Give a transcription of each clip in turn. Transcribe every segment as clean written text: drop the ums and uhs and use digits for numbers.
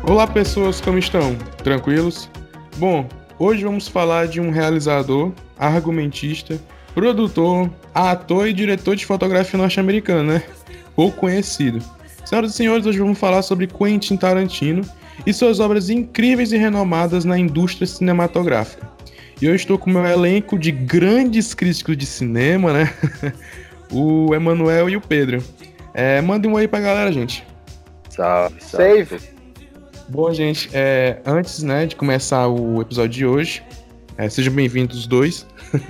Olá pessoas, como estão? Tranquilos? Bom, hoje vamos falar de um realizador, argumentista, produtor, ator e diretor de fotografia norte-americano, né? Pouco conhecido. Senhoras e senhores, hoje vamos falar sobre Quentin Tarantino e suas obras incríveis e renomadas na indústria cinematográfica. E eu estou com o meu elenco de grandes críticos de cinema, né? O Emanuel e o Pedro. Mandem um oi pra galera, gente. Salve, Save. Bom, gente, antes, né, de começar o episódio de hoje, sejam bem-vindos os dois.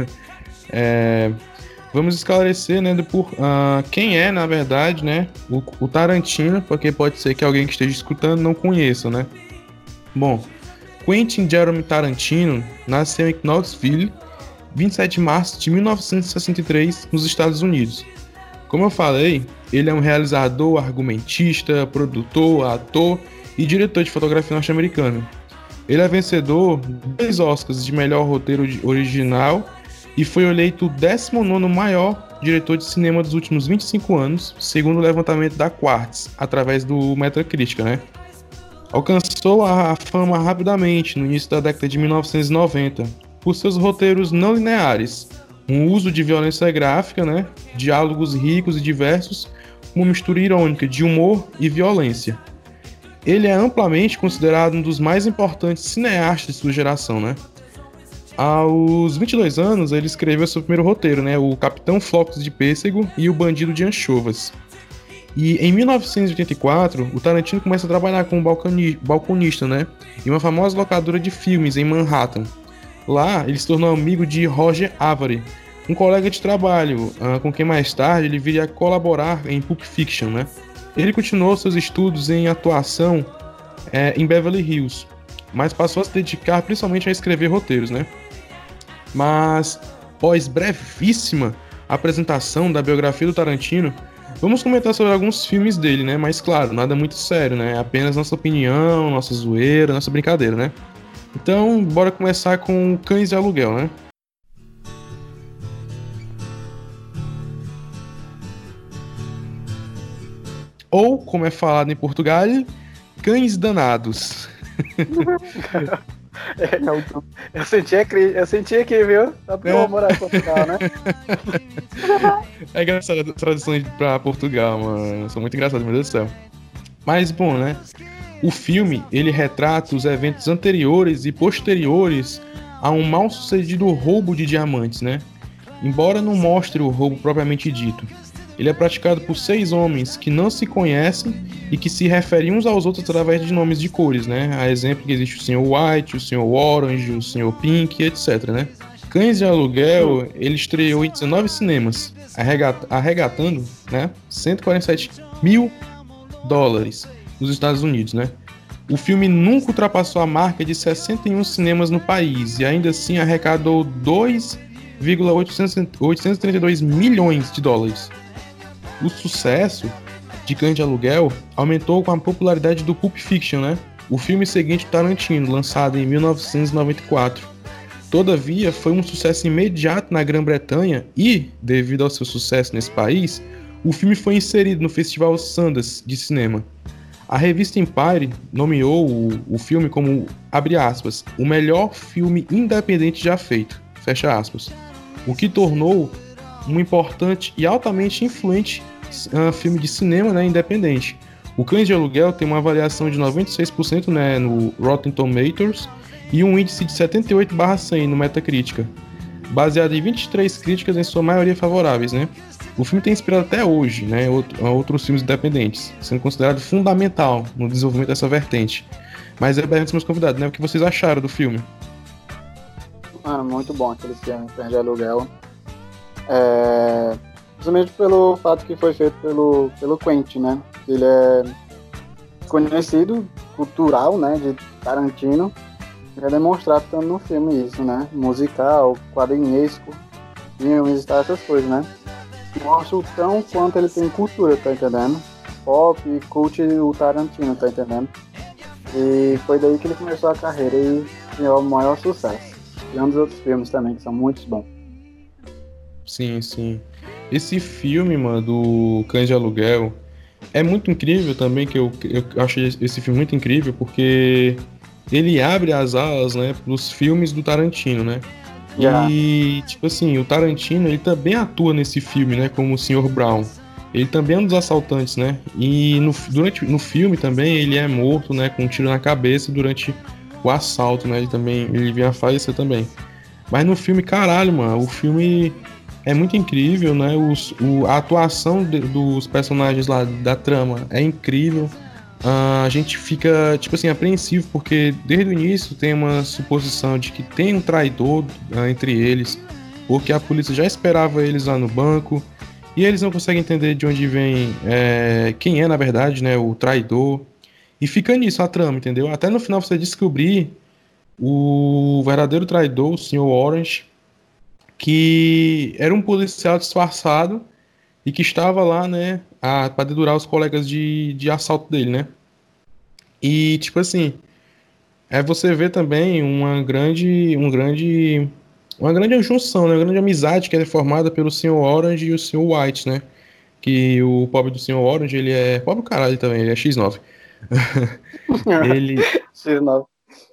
Vamos esclarecer, né, quem é, na verdade, né, o Tarantino, porque pode ser que alguém que esteja escutando não conheça, né. Bom, Quentin Jerome Tarantino nasceu em Knoxville, 27 de março de 1963, nos Estados Unidos. Como eu falei, ele é um realizador, argumentista, produtor, ator e diretor de fotografia norte-americano. Ele é vencedor de 2 Oscars de melhor roteiro original e foi eleito o 19º maior diretor de cinema dos últimos 25 anos, segundo o levantamento da Quartz, através do Metacritic, né? Alcançou a fama rapidamente no início da década de 1990 por seus roteiros não lineares, um uso de violência gráfica, né? Diálogos ricos e diversos, uma mistura irônica de humor e violência. Ele é amplamente considerado um dos mais importantes cineastas de sua geração, né? Aos 22 anos, ele escreveu seu primeiro roteiro, né? O Capitão Flocos de Pêssego e o Bandido de Anchovas. E em 1984, o Tarantino começa a trabalhar como balconista, né? Em uma famosa locadora de filmes em Manhattan. Lá, ele se tornou amigo de Roger Avary, um colega de trabalho, com quem mais tarde ele viria a colaborar em Pulp Fiction, né? Ele continuou seus estudos em atuação em Beverly Hills, mas passou a se dedicar principalmente a escrever roteiros, né? Mas, após brevíssima apresentação da biografia do Tarantino, vamos comentar sobre alguns filmes dele, né? Mas claro, nada muito sério, né? É apenas nossa opinião, nossa zoeira, nossa brincadeira, né? Então, bora começar com Cães de Aluguel, né? Ou, como é falado em Portugal, Cães Danados. Eu senti aqui, viu? Só porque eu vou morar em Portugal, né? É engraçado a tradução pra Portugal, mano. São muito engraçados, meu Deus do céu. Mas, bom, né? O filme, ele retrata os eventos anteriores e posteriores a um mal-sucedido roubo de diamantes, né? Embora não mostre o roubo propriamente dito. Ele é praticado por 6 homens que não se conhecem e que se referem uns aos outros através de nomes de cores, né? A exemplo que existe o Sr. White, o Sr. Orange, o Sr. Pink, etc, né? Cães de Aluguel, ele estreou em 19 cinemas, arregatando, né, 147 mil dólares nos Estados Unidos, né? O filme nunca ultrapassou a marca de 61 cinemas no país e ainda assim arrecadou 2,832 milhões de dólares. O sucesso de Cães de Aluguel aumentou com a popularidade do Pulp Fiction, né? O filme seguinte do Tarantino, lançado em 1994. Todavia, foi um sucesso imediato na Grã-Bretanha e, devido ao seu sucesso nesse país, o filme foi inserido no Festival Sundance de cinema. A revista Empire nomeou o filme como, abre aspas, o melhor filme independente já feito, fecha aspas, o que tornou um importante e altamente influente filme de cinema, né, independente. O Cães de Aluguel tem uma avaliação de 96%, né, no Rotten Tomatoes e um índice de 78/100 no Metacritic, baseado em 23 críticas em sua maioria favoráveis, né? O filme tem inspirado até hoje, né, outros filmes independentes, sendo considerado fundamental no desenvolvimento dessa vertente. Mas eu pergunto aos meus convidados, né, o que vocês acharam do filme? Mano, muito bom aquele filme, Cães de Aluguel. Principalmente pelo fato que foi feito pelo Quentin, né? Ele é conhecido, cultural, né, de Tarantino. É demonstrado tanto no filme isso, né? Musical, quadrinesco, filmes e tal, essas coisas, né? Mostra o tão quanto ele tem cultura, tá entendendo? Pop, cult o Tarantino, tá entendendo? E foi daí que ele começou a carreira e ganhou o maior sucesso. E um dos outros filmes também, que são muito bons. Sim, sim. Esse filme, mano, do Cães de Aluguel, é muito incrível também, que eu acho esse filme muito incrível, porque ele abre as alas, né, pros filmes do Tarantino, né? Já. E, tipo assim, o Tarantino, ele também atua nesse filme, né, como o Sr. Brown. Ele também é um dos assaltantes, né? E no filme também ele é morto, né, com um tiro na cabeça durante o assalto, né? Ele vem a falecer também. Mas no filme, caralho, mano, o filme é muito incrível, né? A atuação dos personagens lá da trama é incrível. A gente fica, tipo assim, apreensivo, porque desde o início tem uma suposição de que tem um traidor entre eles, porque a polícia já esperava eles lá no banco, e eles não conseguem entender de onde vem, quem é, na verdade, né, o traidor. E fica nisso a trama, entendeu? Até no final você descobrir o verdadeiro traidor, o Sr. Orange, que era um policial disfarçado e que estava lá, né, para dedurar os colegas de assalto dele, né? E, tipo assim, você vê também uma grande junção, né, uma grande amizade que é formada pelo Sr. Orange e o Sr. White, né? Que o pobre do Sr. Orange, ele é pobre caralho também, ele é X9. Ele, X9.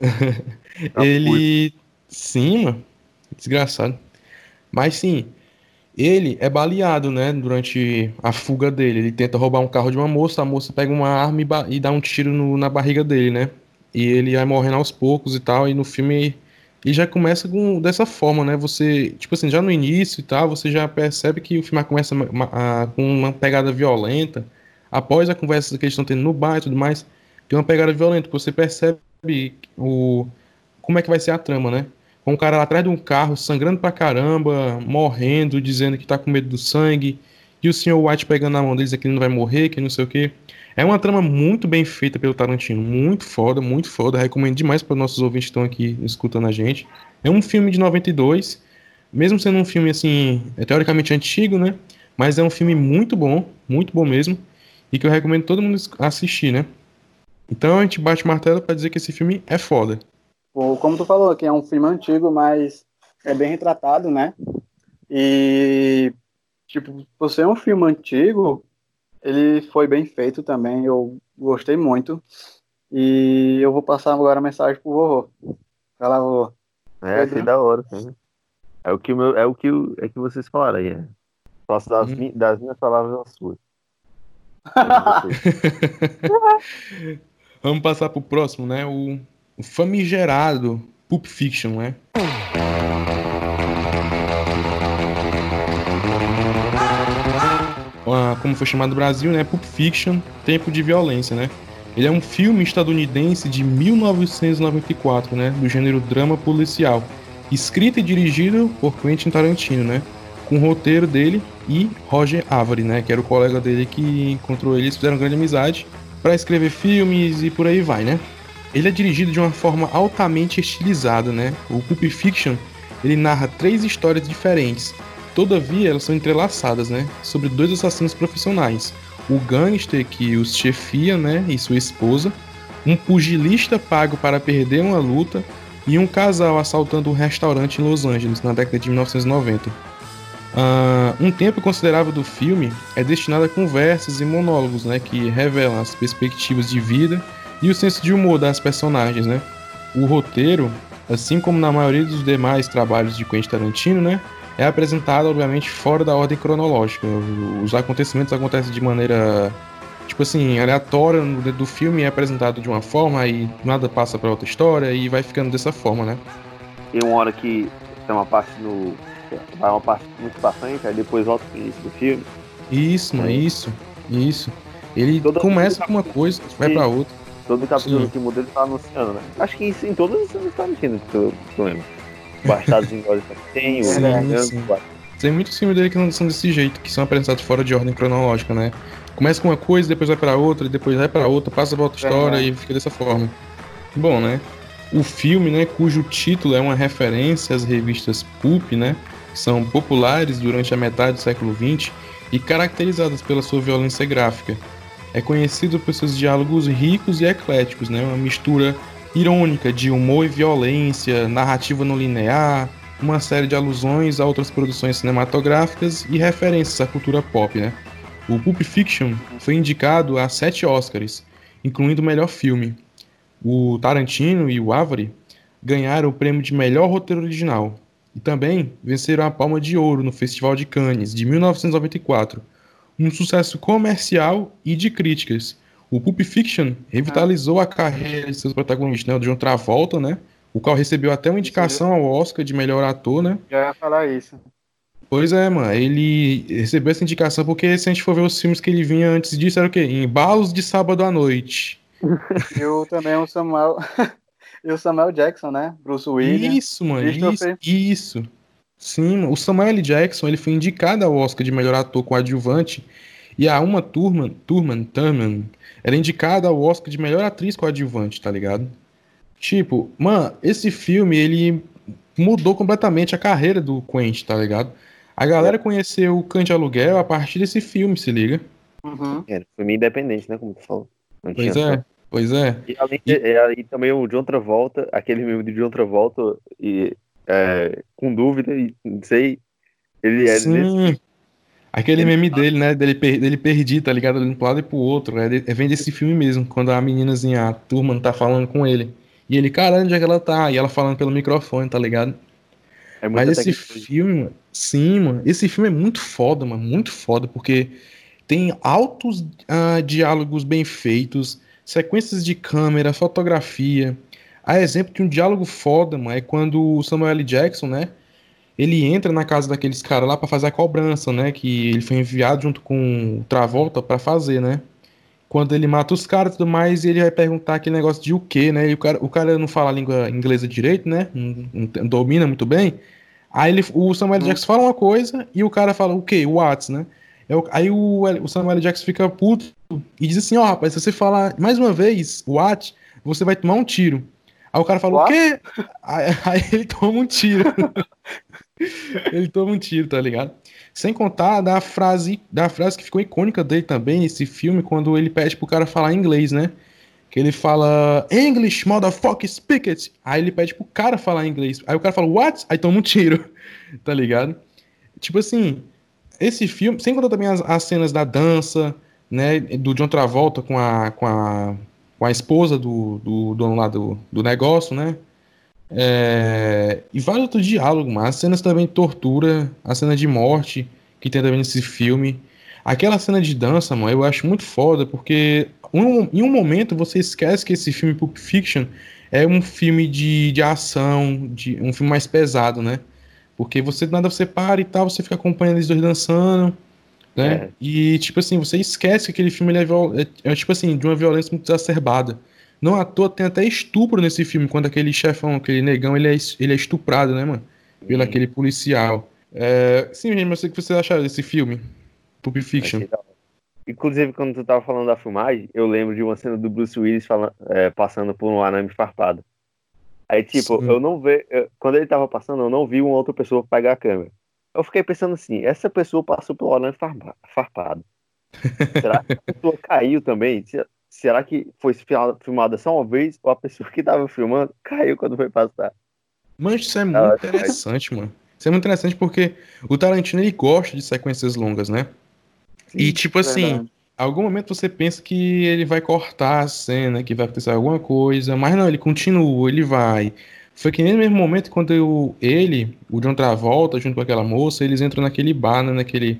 ele, sim, mano, desgraçado. Mas sim, ele é baleado, né, durante a fuga dele. Ele tenta roubar um carro de uma moça, a moça pega uma arma e dá um tiro na barriga dele, né? E ele vai morrendo aos poucos e tal, e no filme ele já começa dessa forma, né? Você, tipo assim, já no início e tal, você já percebe que o filme começa com uma pegada violenta. Após a conversa que eles estão tendo no bar e tudo mais, tem uma pegada violenta, que você percebe como é que vai ser a trama, né? Com um cara lá atrás de um carro, sangrando pra caramba, morrendo, dizendo que tá com medo do sangue, e o Sr. White pegando na mão deles que ele não vai morrer, que não sei o quê. É uma trama muito bem feita pelo Tarantino, muito foda, muito foda. Recomendo demais para os nossos ouvintes que estão aqui escutando a gente. É um filme de 92, mesmo sendo um filme assim, teoricamente antigo, né? Mas é um filme muito bom mesmo, e que eu recomendo todo mundo assistir, né? Então a gente bate o martelo para dizer que esse filme é foda. Como tu falou, que é um filme antigo, mas é bem retratado, né? E, tipo, por ser um filme antigo, ele foi bem feito também, eu gostei muito. E eu vou passar agora a mensagem pro vovô. Vai lá, vovô. Achei da hora, sim. É que vocês falaram aí. Faço das minhas palavras às suas. Vamos passar pro próximo, né? O famigerado Pulp Fiction, né? Como foi chamado no Brasil, né? Pulp Fiction, Tempo de Violência, né? Ele é um filme estadunidense de 1994, né? Do gênero drama policial. Escrito e dirigido por Quentin Tarantino, né? Com o roteiro dele e Roger Avary, né? Que era o colega dele que encontrou eles, fizeram grande amizade para escrever filmes e por aí vai, né? Ele é dirigido de uma forma altamente estilizada, né? O Pulp Fiction, ele narra 3 histórias diferentes. Todavia, elas são entrelaçadas, né? Sobre 2 assassinos profissionais. O gangster que os chefia, né? E sua esposa. Um pugilista pago para perder uma luta. E um casal assaltando um restaurante em Los Angeles, na década de 1990. Um tempo considerável do filme é destinado a conversas e monólogos, né? Que revelam as perspectivas de vida e o senso de humor das personagens, né? O roteiro, assim como na maioria dos demais trabalhos de Quentin Tarantino, né? É apresentado, obviamente, fora da ordem cronológica. Os acontecimentos acontecem de maneira, tipo assim, aleatória dentro do filme, é apresentado de uma forma, aí nada passa para outra história e vai ficando dessa forma, né? Tem uma hora que tem uma parte vai uma parte muito pra frente, aí depois volta pro início do filme. Isso, mano, isso. Ele começa com uma coisa, vai pra outra. Todo capítulo que muda ele tá anunciando, né? Acho que isso em todos os filmes tá mentindo, que eu lembro. Bastardos Inglórios tem, Tem muitos filmes dele que não são desse jeito, que são apresentados fora de ordem cronológica, né? Começa com uma coisa, depois vai pra outra, e depois vai pra outra, passa pra outra história e fica dessa forma. Bom, né? O filme, né, cujo título é uma referência às revistas Pulp, né? Que são populares durante a metade do século XX e caracterizadas pela sua violência gráfica. É conhecido por seus diálogos ricos e ecléticos, né? Uma mistura irônica de humor e violência, narrativa não linear, uma série de alusões a outras produções cinematográficas e referências à cultura pop, né? O Pulp Fiction foi indicado a 7 Oscars, incluindo o melhor filme. O Tarantino e o Avary ganharam o prêmio de melhor roteiro original. E também venceram a Palma de Ouro no Festival de Cannes, de 1994. Um sucesso comercial e de críticas. O Pulp Fiction revitalizou a carreira de seus protagonistas, né? O John Travolta, né? O qual recebeu até uma indicação ao Oscar de melhor ator, né? Já ia falar isso. Pois é, mano. Ele recebeu essa indicação porque se a gente for ver os filmes que ele vinha antes disso, era o quê? Embalos de Sábado à Noite. Eu também o Samuel. E o Samuel Jackson, né? Bruce Willis. Isso, mano. Christopher. Isso. Sim, mano. O Samuel L. Jackson, ele foi indicado ao Oscar de melhor ator coadjuvante. E a Uma Thurman era indicada ao Oscar de melhor atriz coadjuvante, tá ligado? Tipo, mano, esse filme, ele mudou completamente a carreira do Quentin, tá ligado? A galera conheceu o Cães de Aluguel a partir desse filme, se liga. Uhum. Era filme independente, né? Como tu falou. Não Pois tinha é, pois é. E, e também o John Travolta, aquele meme de John Travolta, com dúvida, e não sei, ele é desse. Sim, aquele Ele meme dele, né? Dele perdido, tá ligado? Olhando pro lado e pro outro. Vem desse filme mesmo, quando a meninazinha, a turma, tá falando com ele. E ele, caralho, onde é que ela tá? E ela falando pelo microfone, tá ligado? é Mas muita esse tecnologia. filme, mano, sim, mano, esse filme é muito foda, mano, muito foda, porque tem altos diálogos bem feitos, sequências de câmera, fotografia. A exemplo de um diálogo foda, mano, é quando o Samuel L. Jackson, né, ele entra na casa daqueles caras lá pra fazer a cobrança, né, que ele foi enviado junto com o Travolta pra fazer, né. Quando ele mata os caras e tudo mais, ele vai perguntar aquele negócio de o quê, né, e o cara não fala a língua inglesa direito, né, não domina muito bem. Aí o Samuel L. Jackson fala uma coisa e o cara fala o quê? What, né? Aí o Samuel L. Jackson fica puto e diz assim, ó, rapaz, se você falar mais uma vez what, você vai tomar um tiro. Aí o cara fala, o What? quê? Aí ele toma um tiro. Ele toma um tiro, tá ligado? Sem contar da frase que ficou icônica dele também nesse filme, quando ele pede pro cara falar inglês, né? Que ele fala English, motherfucker, speak it. Aí ele pede pro cara falar inglês. Aí o cara fala, what? Aí toma um tiro, tá ligado? Tipo assim, esse filme, sem contar também as cenas da dança, né? Do John Travolta com a esposa do dono lá do negócio, né? E vários outros diálogos, mas as cenas também de tortura, a cena de morte que tem também nesse filme. Aquela cena de dança, mano, eu acho muito foda, porque em um momento você esquece que esse filme Pulp Fiction é um filme de ação, um filme mais pesado, né? Porque você nada você para e tal, você fica acompanhando eles dois dançando, né? É, E tipo assim, você esquece que aquele filme ele é tipo assim, de uma violência muito exacerbada. Não à toa tem até estupro nesse filme, quando aquele chefão, aquele negão, ele é estuprado, né, mano? Pelo e aquele policial. Sim, gente, mas o que você acha desse filme? Pulp Fiction. achei da hora. Inclusive, quando tu tava falando da filmagem, eu lembro de uma cena do Bruce Willis passando por um arame farpado. Aí, tipo, Sim. eu não vi. Quando ele tava passando, eu não vi uma outra pessoa pegar a câmera. Eu fiquei pensando assim: essa pessoa passou pelo arame farpado. Será que a pessoa caiu também? Será que foi filmada só uma vez? Ou a pessoa que tava filmando caiu quando foi passar? Mas isso é Ah, muito interessante, mano. Isso é muito interessante porque o Tarantino ele gosta de sequências longas, né? E sim, tipo assim, Verdade. algum momento você pensa que ele vai cortar a cena, que vai acontecer alguma coisa, mas não, ele continua, ele vai. Foi que nem no mesmo momento quando o John Travolta, junto com aquela moça, eles entram naquele bar, né,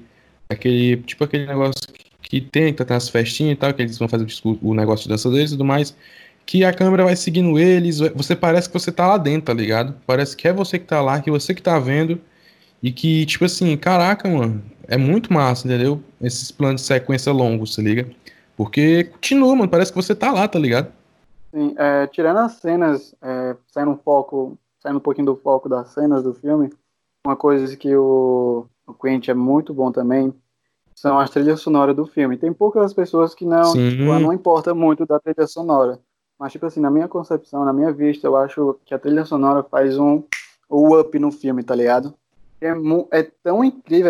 tipo aquele negócio que tem, que tá nas festinhas e tal, que eles vão fazer o negócio de dança deles e tudo mais, que a câmera vai seguindo eles, você parece que você tá lá dentro, tá ligado? Parece que é você que tá lá, que você que tá vendo, e que, tipo assim, caraca, mano, é muito massa, entendeu? Esses planos de sequência longos, se liga? Porque continua, mano, parece que você tá lá, tá ligado? Sim, tirando as cenas, saindo um pouquinho do foco das cenas do filme, uma coisa que o Quentin é muito bom também são as trilhas sonoras do filme. Tem poucas pessoas que não, tipo, Sim, não importa muito da trilha sonora. Mas, tipo assim, na minha concepção, na minha vista, eu acho que a trilha sonora faz o up no filme, tá ligado? É tão incrível,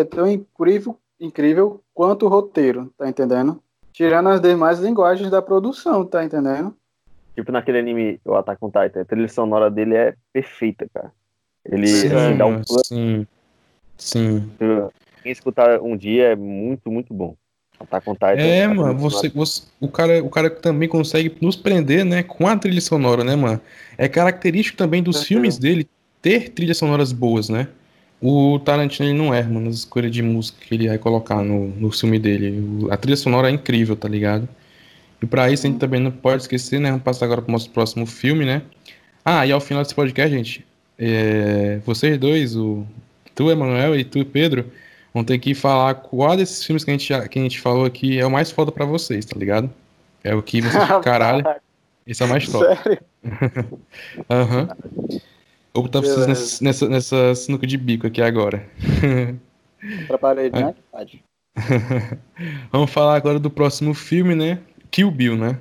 incrível quanto o roteiro, tá entendendo? Tirando as demais linguagens da produção, tá entendendo? tipo naquele anime, o Attack on Titan, a trilha sonora dele é perfeita, cara. Ele, sim, assim, Verdade. dá um mano, plano. sim, sim. Quem escutar um dia é muito, muito bom. Attack on Titan. É, mano, o cara também consegue nos prender, né, com a trilha sonora, né, mano? É característico também dos filmes dele ter trilhas sonoras boas, né? O Tarantino, ele não erra, mano, nas escolhas de música que ele vai colocar no filme dele. A trilha sonora é incrível, tá ligado? E pra isso a gente também não pode esquecer, né? Vamos passar agora pro nosso próximo filme, né? Ah, e ao final desse podcast, gente, vocês dois, tu, Emanuel, e tu, Pedro, vão ter que falar qual desses filmes que a gente falou aqui é o mais foda pra vocês, tá ligado? É o que vocês, caralho, esse é o mais top. Sério? Aham. Vou botar vocês Beleza. nessa sinuca de bico aqui agora. Pra parede, né? Pode. Vamos falar agora do próximo filme, né? Kill Bill, né?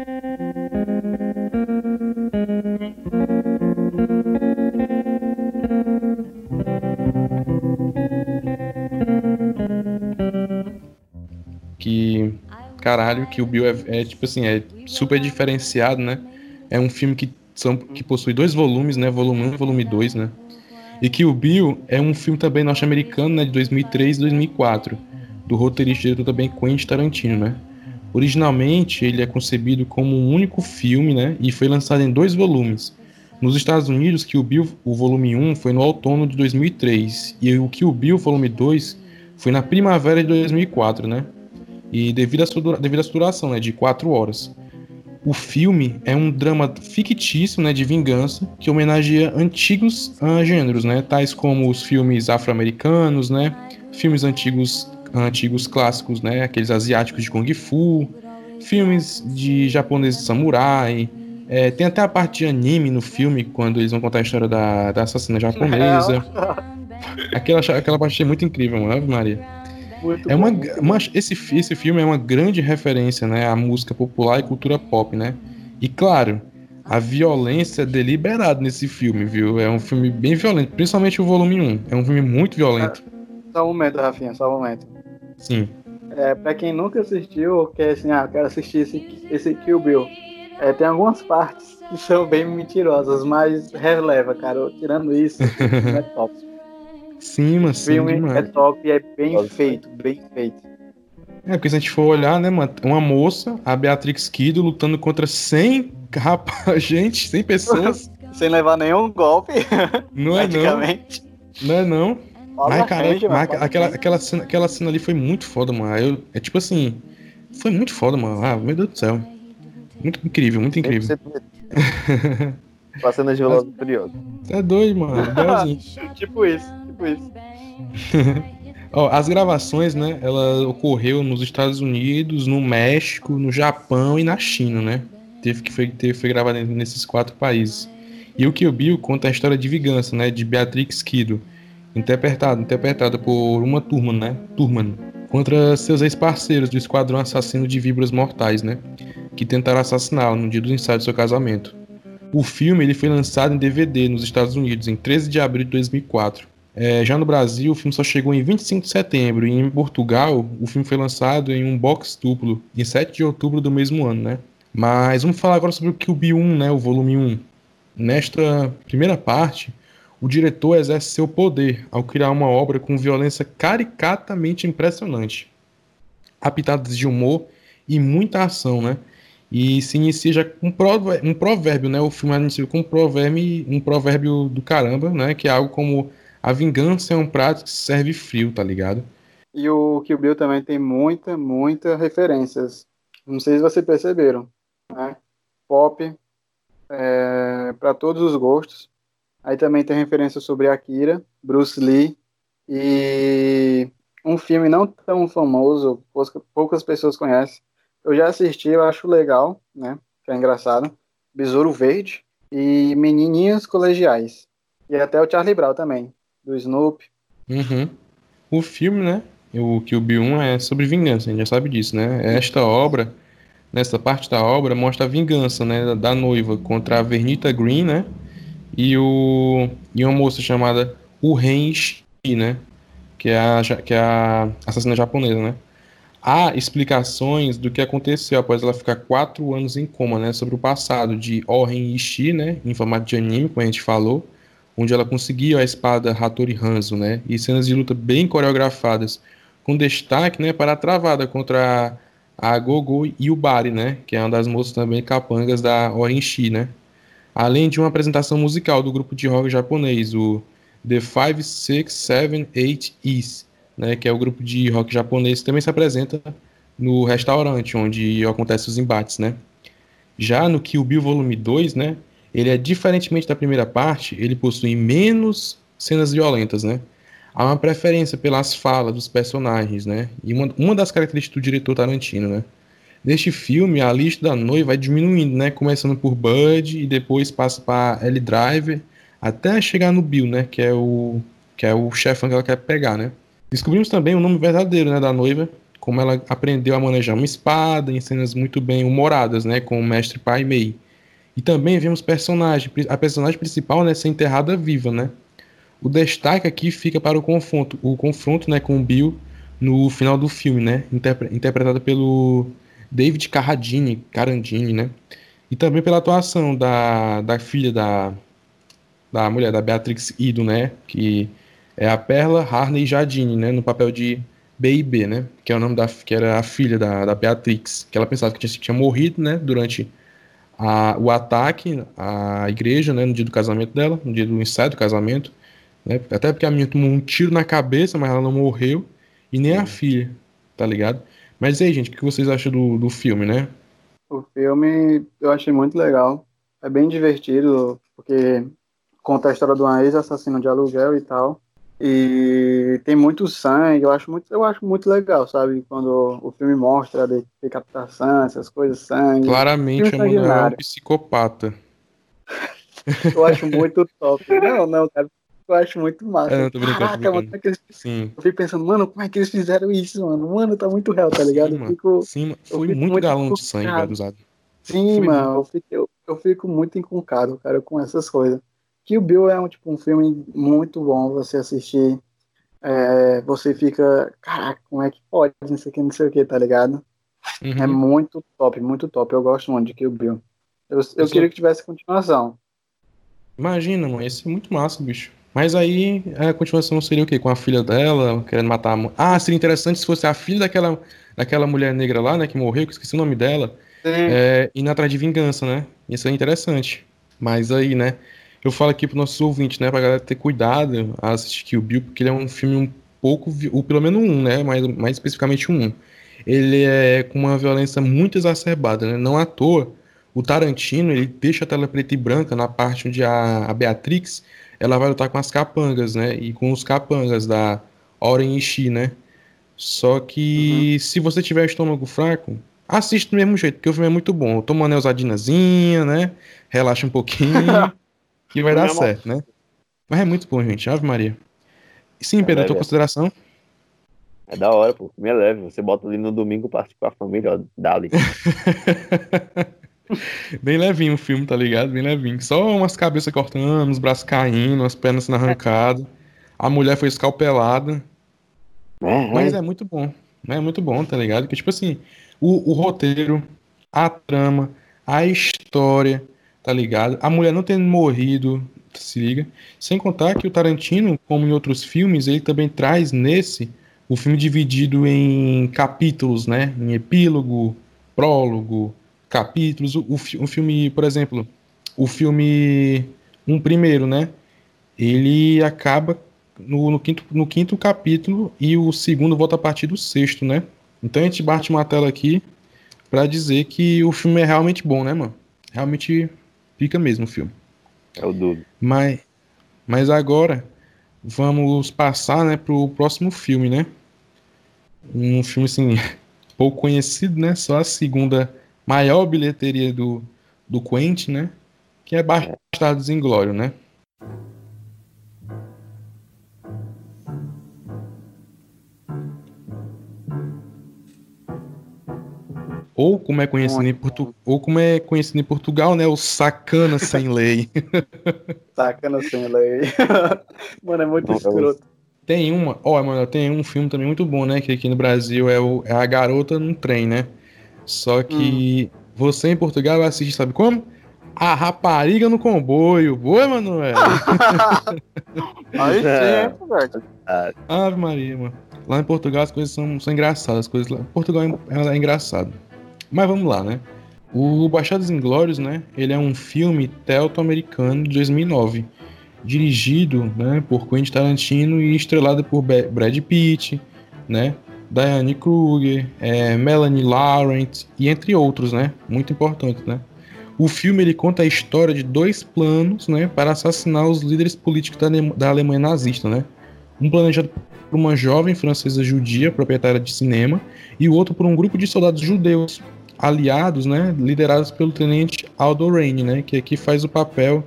Que, caralho, Kill Bill tipo assim, é super diferenciado, né? É um filme que possui 2 volumes, né? Volume 1 e volume 2, né? E Kill Bill é um filme também norte-americano, né? De 2003 e 2004, do roteirista e diretor também Quentin Tarantino, né? Originalmente, ele é concebido como um único filme, né? E foi lançado em 2 volumes. Nos Estados Unidos, Kill Bill, o volume 1, foi no outono de 2003. E o Kill Bill, volume 2, foi na primavera de 2004, né? E devido à sua duração, né? De 4 horas. O filme é um drama fictício, né? De vingança, que homenageia antigos gêneros, né? Tais como os filmes afro-americanos, né? Filmes antigos clássicos, né? Aqueles asiáticos de Kung Fu, filmes de japoneses samurai. Tem até a parte de anime no filme, quando eles vão contar a história da assassina japonesa. Aquela parte é muito incrível, mano, Ave Maria. Muito É bom, uma, muito bom. mas esse filme é uma grande referência, né, à música popular e cultura pop, né? E claro, a violência é deliberada nesse filme, viu? É um filme bem violento, principalmente o volume 1. É um filme muito violento. Só um momento, Rafinha, só um momento. Sim. Pra quem nunca assistiu, ou quer assim, quero assistir esse Kill Bill, tem algumas partes que são bem mentirosas, mas releva, cara. Tirando isso, o filme é top. Sim, mas O sim, filme é demais. top e é bem feito, bem feito. Porque se a gente for olhar, né, mano, uma moça, a Beatrix Kiddo, lutando contra 100 gente, 100 pessoas. Sem levar nenhum golpe, Não é não, praticamente. não é não. Fala Mas, frente, mano, aquela cena ali foi muito foda, mano. É tipo assim, foi muito foda, mano. Ah, meu Deus do céu. Muito incrível, muito incrível. 100% Passando de Velozes e Furiosos. Você é doido, mano. Igualzinho. Tipo isso. Ó, as gravações, né, ela ocorreu nos Estados Unidos, no México, no Japão e na China, né? Foi gravado nesses 4 países. E o Kill Bill conta a história de vingança, né, de Beatrix Kiddo, interpretada por Uma Thurman, né? Thurman, contra seus ex-parceiros do esquadrão assassino de víboras mortais, né? Que tentaram assassiná-la no dia do ensaio do seu casamento. O filme ele foi lançado em DVD nos Estados Unidos em 13 de abril de 2004. Já no Brasil, o filme só chegou em 25 de setembro e em Portugal, o filme foi lançado em um box duplo em 7 de outubro do mesmo ano, né? Mas vamos falar agora sobre o Kill Bill 1, né? O volume 1. Nesta primeira parte, o diretor exerce seu poder ao criar uma obra com violência caricatamente impressionante, há pitadas de humor e muita ação, né? E se inicia já com um provérbio, né? O filme inicia com um provérbio do caramba, né? Que é algo como: a vingança é um prato que se serve frio, tá ligado? E o Kill Bill também tem muita referências. Não sei se vocês perceberam, né? Pop, para todos os gostos. Aí também tem referência sobre Akira, Bruce Lee e um filme não tão famoso, poucas pessoas conhecem. Eu já assisti, eu acho legal, né? Que é engraçado. Besouro Verde e Menininhas Colegiais. E até o Charlie Brown também, do Snoopy. Uhum. O filme, né? O Kill Bill 1 é sobre vingança, a gente já sabe disso, né? Esta obra, nessa parte da obra, mostra a vingança, né? Da noiva contra a Vernita Green, né? E uma moça chamada Uren Ishii, né? Que é a assassina japonesa, né? Há explicações do que aconteceu após ela ficar 4 anos em coma, né? Sobre o passado de Oren Ishii, né? Em formato de anime, como a gente falou, onde ela conseguiu a espada Hattori Hanzo, né? E cenas de luta bem coreografadas, com destaque, né, para a travada contra a Gogo Yubari, né, que é uma das moças também capangas da Orenchi, né, além de uma apresentação musical do grupo de rock japonês, o The 5, 6, 7, 8 Is, né, que é o grupo de rock japonês que também se apresenta no restaurante onde acontecem os embates, né. Já no Kill Bill Volume 2, né, ele é diferentemente da primeira parte, ele possui menos cenas violentas, né. Há uma preferência pelas falas dos personagens, né, e uma das características do diretor Tarantino, né. Neste filme, a lista da noiva vai diminuindo, né, começando por Bud e depois passa para Ellie Driver, até chegar no Bill, né, que é o chefão que ela quer pegar, né. Descobrimos também o nome verdadeiro, né, da noiva, como ela aprendeu a manejar uma espada em cenas muito bem humoradas, né, com o mestre Pai Mei. E também vemos a personagem principal, né, ser enterrada viva, né. O destaque aqui fica para o confronto, né, com o Bill no final do filme, né, interpretado pelo David Carradine, né, e também pela atuação da filha da mulher, da Beatrix Ido, né, que é a Perla Harney Jardine, né, no papel de B&B, né, que é o nome que era a filha da Beatrix, que ela pensava que tinha morrido, né, durante o ataque à igreja, né, no dia do casamento dela, no dia do ensaio do casamento, né, até porque a menina tomou um tiro na cabeça, mas ela não morreu, e nem a filha, tá ligado? Mas e aí, gente, o que vocês acham do filme, né? O filme eu achei muito legal. É bem divertido, porque conta a história de uma ex-assassino de aluguel e tal. E tem muito sangue, eu acho muito legal, sabe? Quando o filme mostra de decapitação, essas coisas, sangue. Filme Claramente, a Manuel é um sanguinário. psicopata. Eu acho muito top. Não, não, cara. Eu acho muito É, massa. não, tô brincando, tô Caraca, mano, brincando. como é que eles... Sim, Eu fico pensando, mano, como é que eles fizeram isso, mano? Mano, tá muito real, tá ligado? sim, Eu mano. fico, Sim, mano. eu Foi fico muito muito galão de sangue, velho, encucado. usado. Sim, Foi muito. mano, eu fico muito encucado, cara, com essas coisas. Kill Bill é um filme muito bom você assistir. Você fica, caraca, como é que pode? Não sei o que, tá ligado? É Uhum. muito top, muito top. Eu gosto muito de Kill Bill. Eu Eu queria sou... que tivesse continuação. Imagina, mano, ia ser muito massa, bicho. Mas aí a continuação seria o quê? Com a filha dela, querendo matar a mãe. Ah, seria interessante se fosse a filha daquela mulher negra lá, né, que morreu, que eu esqueci o nome dela, Sim. indo atrás de vingança, né? Isso é interessante. Mas aí, né, eu falo aqui pros nossos ouvintes, né, pra galera ter cuidado a assistir Kill Bill, porque ele é um filme um pouco, ou pelo menos um, né, mais especificamente um. Ele é com uma violência muito exacerbada, né? Não à toa, o Tarantino, ele deixa a tela preta e branca na parte onde a Beatrix, ela vai lutar com as capangas, né? E com os capangas da Oren Ishii, né? Só Uhum. que se você tiver estômago fraco, assiste do mesmo jeito, porque o filme é muito bom. Toma uma Neusadinazinha, né? Relaxa um pouquinho, que vai Não dar é mal. certo, né? Mas é muito bom, gente. Ave Maria. Sim, É Pedro, tua leve, consideração? é da hora, pô. Me leve. Você bota ali no domingo pra assistir com a família, ó. Dali. Bem levinho o filme, tá ligado? Bem levinho. Só umas cabeças cortando, os braços caindo, as pernas sendo arrancadas. A mulher foi escalpelada. Mas É. é muito bom. É muito bom, tá ligado? Que, tipo assim, o roteiro, a trama, a história, tá ligado? A mulher não tendo morrido, se liga. Sem contar que o Tarantino, como em outros filmes, ele também traz nesse o filme dividido em capítulos, né? Em epílogo, prólogo, capítulos. O filme, por exemplo, o filme um primeiro, né? Ele acaba no quinto capítulo e o segundo volta a partir do sexto, né? Então a gente bate uma tela aqui pra dizer que o filme é realmente bom, né, mano? Realmente fica mesmo o filme. É o Dudu. Mas, mas agora vamos passar, né, pro próximo filme, né? Um filme assim pouco conhecido, né? Só a segunda maior bilheteria do Quentin, né? Que é É. Bastardos Inglórios, né? Muito Ou como é conhecido em Portugal, né? O Sacana Sem Lei. sacana sem lei. Mano, é muito Não, escroto. Mano, tem um filme também muito bom, né? Que aqui no Brasil é A Garota num Trem, né? Só Hum. que você em Portugal assiste, sabe como? A Rapariga no Comboio. Boa, Manuel. Aí sim, hein, velho. Ah, Ave Maria, mano. Lá em Portugal as coisas são engraçadas. As coisas lá... Portugal é engraçado. Mas vamos lá, né? O Bastardos Inglórios, né? Ele é um filme teuto-americano de 2009. Dirigido, né, por Quentin Tarantino e estrelado por Brad Pitt, né? Diane Kruger, Melanie Laurent e entre outros, né? Muito importante, né? O filme ele conta a história de dois planos, né, para assassinar os líderes políticos da Alemanha nazista, né? Um planejado por uma jovem francesa judia, proprietária de cinema, e o outro por um grupo de soldados judeus aliados, né, liderados pelo tenente Aldo Raine, né, que aqui faz o papel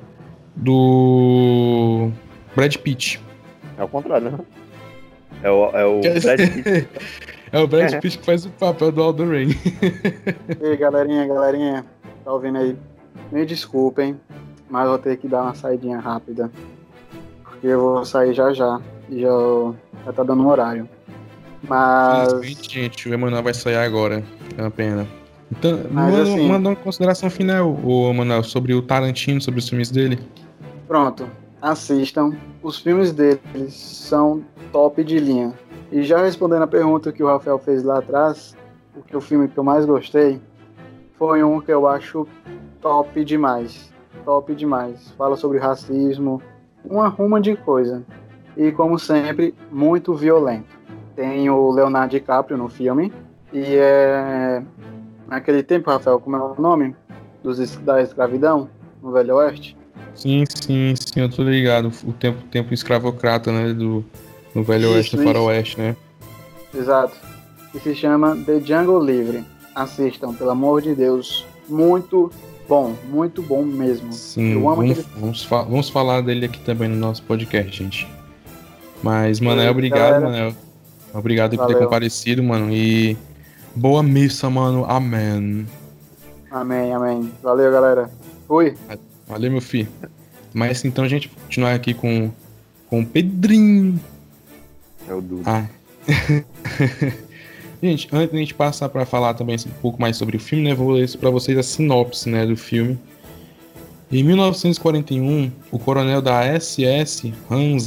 do Brad Pitt. É o contrário, né? É o Brad Pitt. É o Brad Pitt que faz o papel do Aldo Raine. E aí, galerinha, tá ouvindo aí? Me desculpem, mas vou ter que dar uma saidinha rápida. Porque eu vou sair já. E já tá dando um horário. Mas... Gente, o Emanuel vai sair agora. É uma pena. Então, assim, manda uma consideração final, Emanuel, sobre o Tarantino, sobre os filmes dele. Pronto, assistam. Os filmes deles são top de linha. E já respondendo a pergunta que o Rafael fez lá atrás, o filme que eu mais gostei foi um que eu acho top demais. Top demais. Fala sobre racismo, uma ruma de coisa. E como sempre, muito violento. Tem o Leonardo DiCaprio no filme. E naquele tempo, Rafael, como é o nome? Da escravidão, no Velho Oeste? Sim, eu tô ligado. O tempo escravocrata, né? No Velho Oeste, no Faroeste, né? Exato. Que se chama The Django Livre. Assistam, pelo amor de Deus. Muito bom mesmo. Sim, eu amo vamos falar dele aqui também no nosso podcast, gente. Mas, Manel, obrigado, Manel. Obrigado por ter comparecido, mano. E boa missa, mano. Amém. Amém. Valeu, galera. Fui. Valeu, meu filho. Mas então a gente vai continuar aqui com o Pedrinho. É o Dudu. Gente, antes da gente passar para falar também um pouco mais sobre o filme, né, vou ler para vocês a sinopse, né, do filme. Em 1941, o coronel da SS, Hans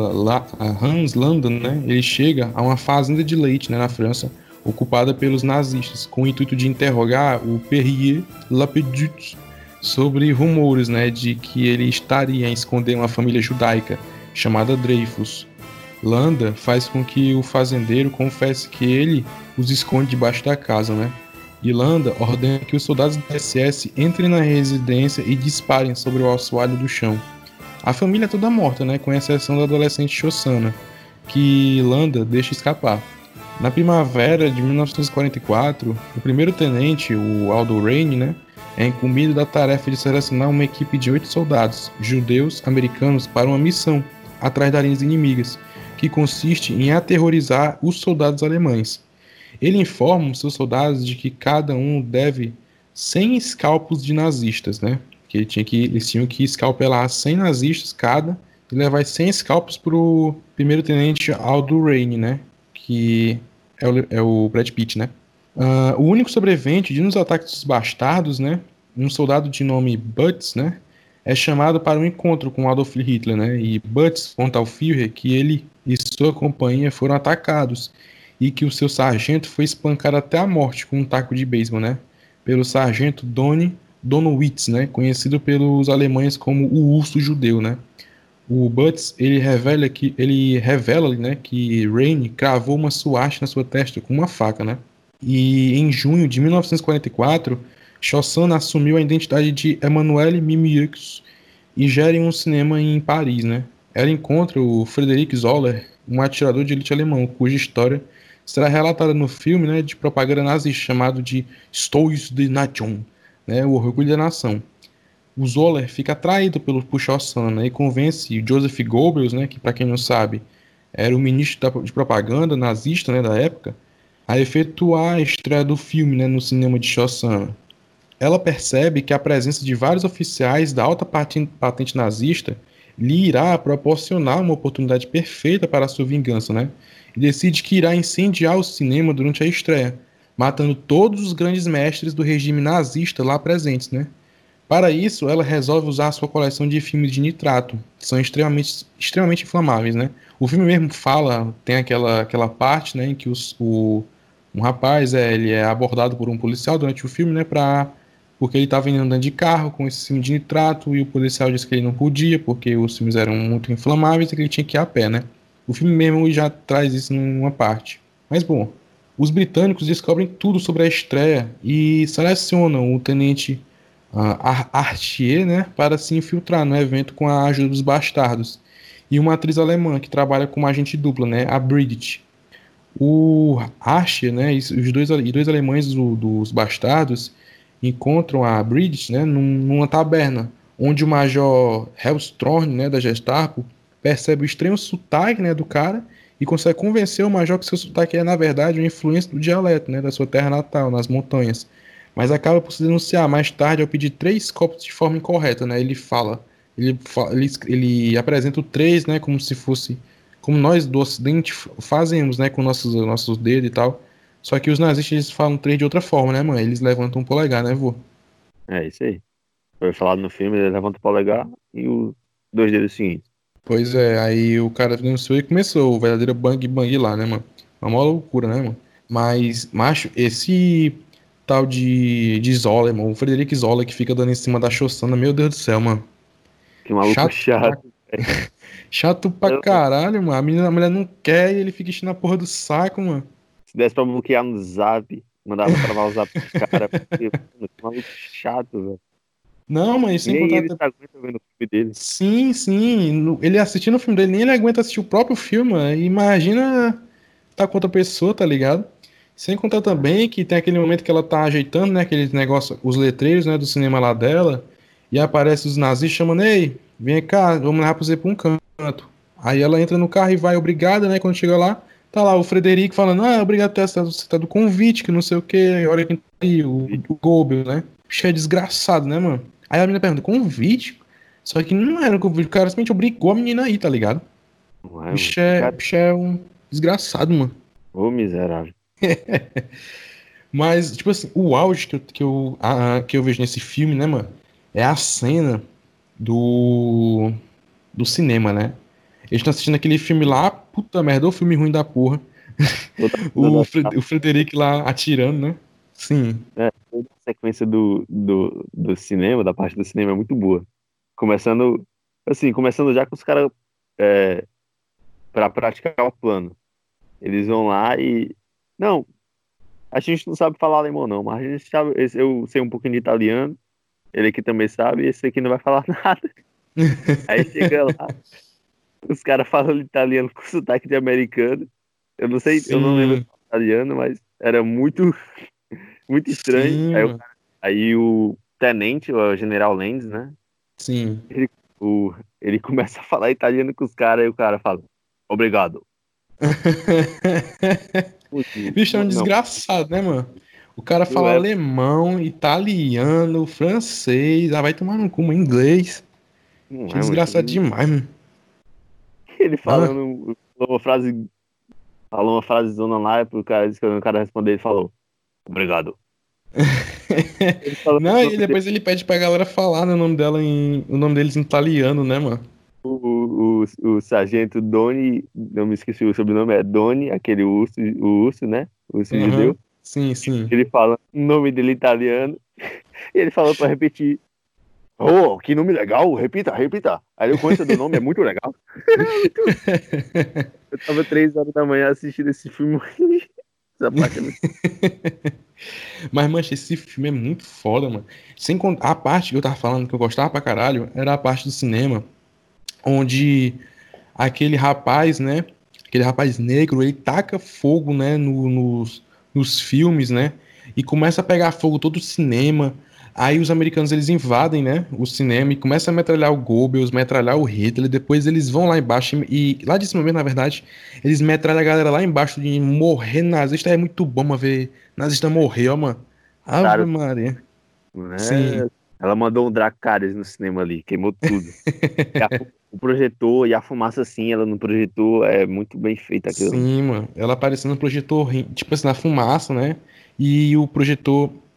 Landa, né, ele chega a uma fazenda de leite, né, na França, ocupada pelos nazistas, com o intuito de interrogar o Perrier Lapédut sobre rumores, né, de que ele estaria a esconder uma família judaica chamada Dreyfus. Landa faz com que o fazendeiro confesse que ele os esconde debaixo da casa, né? E Landa ordena que os soldados da SS entrem na residência e disparem sobre o assoalho do chão. A família é toda morta, né? Com exceção da adolescente Shoshana, que Landa deixa escapar. Na primavera de 1944, o primeiro tenente, o Aldo Raine, né, é incumbido da tarefa de selecionar uma equipe de 8 soldados, judeus americanos, para uma missão atrás das linhas inimigas, que consiste em aterrorizar os soldados alemães. Ele informa os seus soldados de que cada um deve 100 scalpos de nazistas, né? Que eles tinham que escalpelar 100 nazistas cada e levar 100 scalpos para o primeiro tenente Aldo Raine, né? Que é o Brad Pitt, né? O único sobrevivente de um dos ataques dos bastardos, né? Um soldado de nome Butz, né? É chamado para um encontro com Adolf Hitler, né? E Butz conta ao Führer que ele e sua companhia foram atacados e que o seu sargento foi espancado até a morte com um taco de beisebol, né? Pelo sargento Donowitz, né? Conhecido pelos alemães como o urso judeu, né? O Butz, ele revela, né, que Raine cravou uma suástica na sua testa com uma faca, né? E em junho de 1944, Shoshana assumiu a identidade de Emmanuelle Mimieux e gera um cinema em Paris, né? Ela encontra o Frederick Zoller, um atirador de elite alemão, cuja história será relatada no filme, né, de propaganda nazista chamado de Stolz der Nation, né, o Orgulho da Nação. O Zoller fica atraído por Shoshana, né, e convence Joseph Goebbels, né, que para quem não sabe era o ministro de propaganda nazista, né, da época, a efetuar a estreia do filme, né, no cinema de Shoshana. Ela percebe que a presença de vários oficiais da alta patente nazista lhe irá proporcionar uma oportunidade perfeita para a sua vingança, né? E decide que irá incendiar o cinema durante a estreia, matando todos os grandes mestres do regime nazista lá presentes, né? Para isso, ela resolve usar a sua coleção de filmes de nitrato, que são extremamente inflamáveis, né? O filme mesmo fala, tem aquela parte, né, em que um rapaz ele é abordado por um policial durante o filme, né, porque ele estava andando de carro com esse filme de nitrato e o policial disse que ele não podia porque os filmes eram muito inflamáveis e que ele tinha que ir a pé, né? O filme mesmo já traz isso numa parte. Mas bom, os britânicos descobrem tudo sobre a estreia e selecionam o tenente Artier, né, para se infiltrar no evento com a ajuda dos bastardos. E uma atriz alemã que trabalha como agente dupla, né, a Bridget. O Archer, né, e dois alemães dos bastardos encontram a Bridget, né, numa taberna, onde o Major Hellstrom, né, da Gestapo, percebe o estranho sotaque, né, do cara e consegue convencer o Major que seu sotaque é, na verdade, uma influência do dialeto, né, da sua terra natal, nas montanhas. Mas acaba por se denunciar mais tarde ao pedir 3 copos de forma incorreta, né? Ele apresenta o 3, né, como se fosse como nós do Ocidente fazemos, né, com nossos dedos e tal. Só que os nazistas eles falam 3 de outra forma, né, mãe? Eles levantam um polegar, né, vô? É isso aí. Foi falado no filme, ele levanta o polegar e os 2 dedos seguintes. Pois é, aí o cara denunciou e começou o verdadeiro bang bang lá, né, mano? Uma maior loucura, né, mano? Mas, macho, esse tal de Zola, irmão, o Frederico Zola que fica dando em cima da Chossana, meu Deus do céu, mano. Que maluco Chato pra, chato. chato pra caralho, mano. A mulher não quer e ele fica enchendo a porra do saco, mano. Se desse pra bloquear no Zap, mandava travar o Zap dos caras. Porque, mano, que maluco chato, velho. Não, mas sem Nem contar. ele tá aguenta vendo o filme dele. Sim, sim. Ele assistindo o filme dele, nem ele aguenta assistir o próprio filme, mano. Imagina tá com outra pessoa, tá ligado? Sem contar também que tem aquele momento que ela tá ajeitando, né? Aqueles negócios, os letreiros, né? Do cinema lá dela. E aparece os nazis chamando, ei, vem cá, vamos levar pra você pra um canto. Aí ela entra no carro e vai, obrigada, né? Quando chega lá, tá lá o Frederico falando, obrigado por ter aceitado o convite, que não sei o que. Olha quem tá aí, o Goebbels, né? Bicho é desgraçado, né, mano? Aí a menina pergunta, convite? Só que não era um convite, o cara simplesmente obrigou a menina aí, tá ligado? Não O é, bicho mano? é, bicho é um desgraçado, mano. Ô, miserável. Mas, tipo assim, o auge que eu vejo nesse filme, né, mano, é a cena do, do cinema, né? Eles estão assistindo aquele filme lá, puta merda, o filme ruim da porra. O Frederico lá atirando, né? Sim. Toda a sequência do cinema, da parte do cinema é muito boa. Começando, assim, começando já com os caras pra praticar o plano. Eles vão lá e. Não, a gente não sabe falar alemão, não, mas a gente sabe. Eu sei um pouquinho de italiano, ele aqui também sabe, e esse aqui não vai falar nada. Aí chega lá, os caras falam italiano com sotaque de americano. Eu não sei, eu não lembro Sim, italiano, mas era muito, muito estranho. sim, mano. Aí o tenente, o general Lenz, né? Sim. Ele começa a falar italiano com os caras, e o cara fala, obrigado. Bicho é um Não, desgraçado, né, mano? O cara não fala é. alemão, italiano, francês, vai tomar no cu, mano, inglês. Não Que é, mano. desgraçado demais, mano. Ele Ah. falou uma frase zona lá, pro cara, disse que o cara respondeu, ele falou, obrigado. Ele falou Não, o e nome dele, depois ele pede pra galera falar, né, o nome deles em italiano, né, mano? o sargento Doni, não me esqueci o sobrenome, é Doni, aquele o urso, né? O urso Aham. judeu. Sim, sim. Ele fala o nome dele italiano, e ele falou pra repetir. Oh, que nome legal, repita, repita. Aí eu conheço do nome, é muito legal. Eu tava 3 horas da manhã assistindo esse filme. Essa parte é muito. Mas, mancha, esse filme é muito foda, mano. Sem contar, a parte que eu tava falando que eu gostava pra caralho era a parte do cinema, onde aquele rapaz, né? Aquele rapaz negro, ele taca fogo, né? Nos filmes, né? E começa a pegar fogo todo o cinema. Aí os americanos eles invadem, né? O cinema e começam a metralhar o Goebbels, metralhar o Hitler. Depois eles vão lá embaixo e lá de cima mesmo, na verdade, eles metralham a galera lá embaixo de morrer nazista. É muito bom, mano, ver nazista morrer, ó, mano. Ave Claro, Maria. Sim, né? Ela mandou um Dracarys no cinema ali, queimou tudo. O projetor e a fumaça assim, ela no projetor é muito bem feita aquilo. sim, mano. Ela aparecendo no projetor, tipo assim, na fumaça, né? E o projetor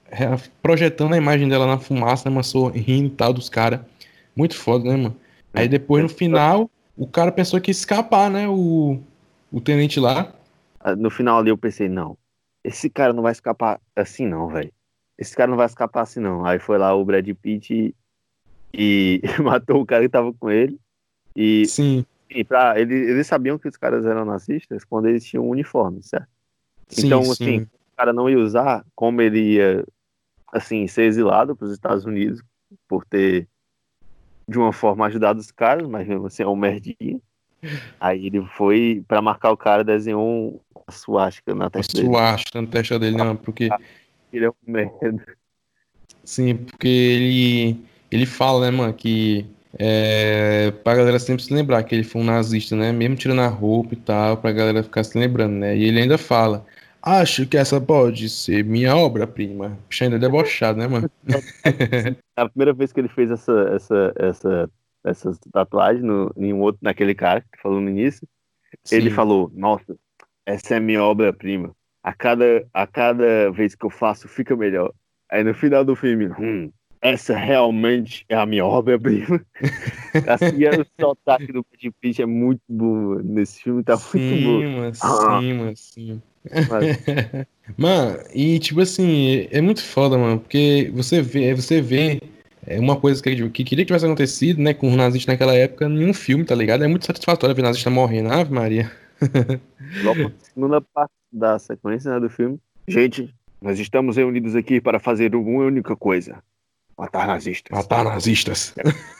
projetando a imagem dela na fumaça, né, mano, sorrindo e tal dos caras. Muito foda, né, mano? Aí depois, no final, o cara pensou que ia escapar, né, o tenente lá. No final ali eu pensei, não, esse cara não vai escapar assim não, velho. Esse cara não vai escapar assim não. Aí foi lá o Brad Pitt e matou o cara que tava com ele. E, Sim, eles sabiam que os caras eram nazistas quando eles tinham um uniforme, certo? sim, Então, assim, sim. o cara não ia usar, como ele ia, assim, ser exilado para os Estados Unidos por ter, de uma forma, ajudado os caras, mas mesmo assim é um merdinha. Aí ele foi, para marcar o cara, desenhou uma suástica na Uma testa dele. suástica na testa dele, né, mano? Porque, Ele é um merda. sim, porque ele fala, né, mano, que pra galera sempre se lembrar que ele foi um nazista, né? Mesmo tirando a roupa e tal, pra galera ficar se lembrando, né? E ele ainda fala, acho que essa pode ser minha obra-prima. Bicho ainda é debochado, né, mano? A primeira vez que ele fez essa tatuagem em um outro, naquele cara que falou no início, ele Sim. falou, nossa, essa é minha obra-prima. A cada vez que eu faço, fica melhor. Aí no final do filme, essa realmente é a minha obra-prima. Assim, o sotaque do Brad Pitt é muito bom, mano. Nesse filme tá muito bom. Sim, mano, Ah, sim, mano, sim. mas, Mano, e tipo assim, é muito foda, mano, porque você vê uma coisa que queria que tivesse acontecido, né, com os nazistas naquela época, em um filme, tá ligado? É muito satisfatório ver nazista morrendo, Ave Maria. logo na segunda parte da sequência, né, do filme. Gente, nós estamos reunidos aqui para fazer uma única coisa: matar nazistas. Matar nazistas.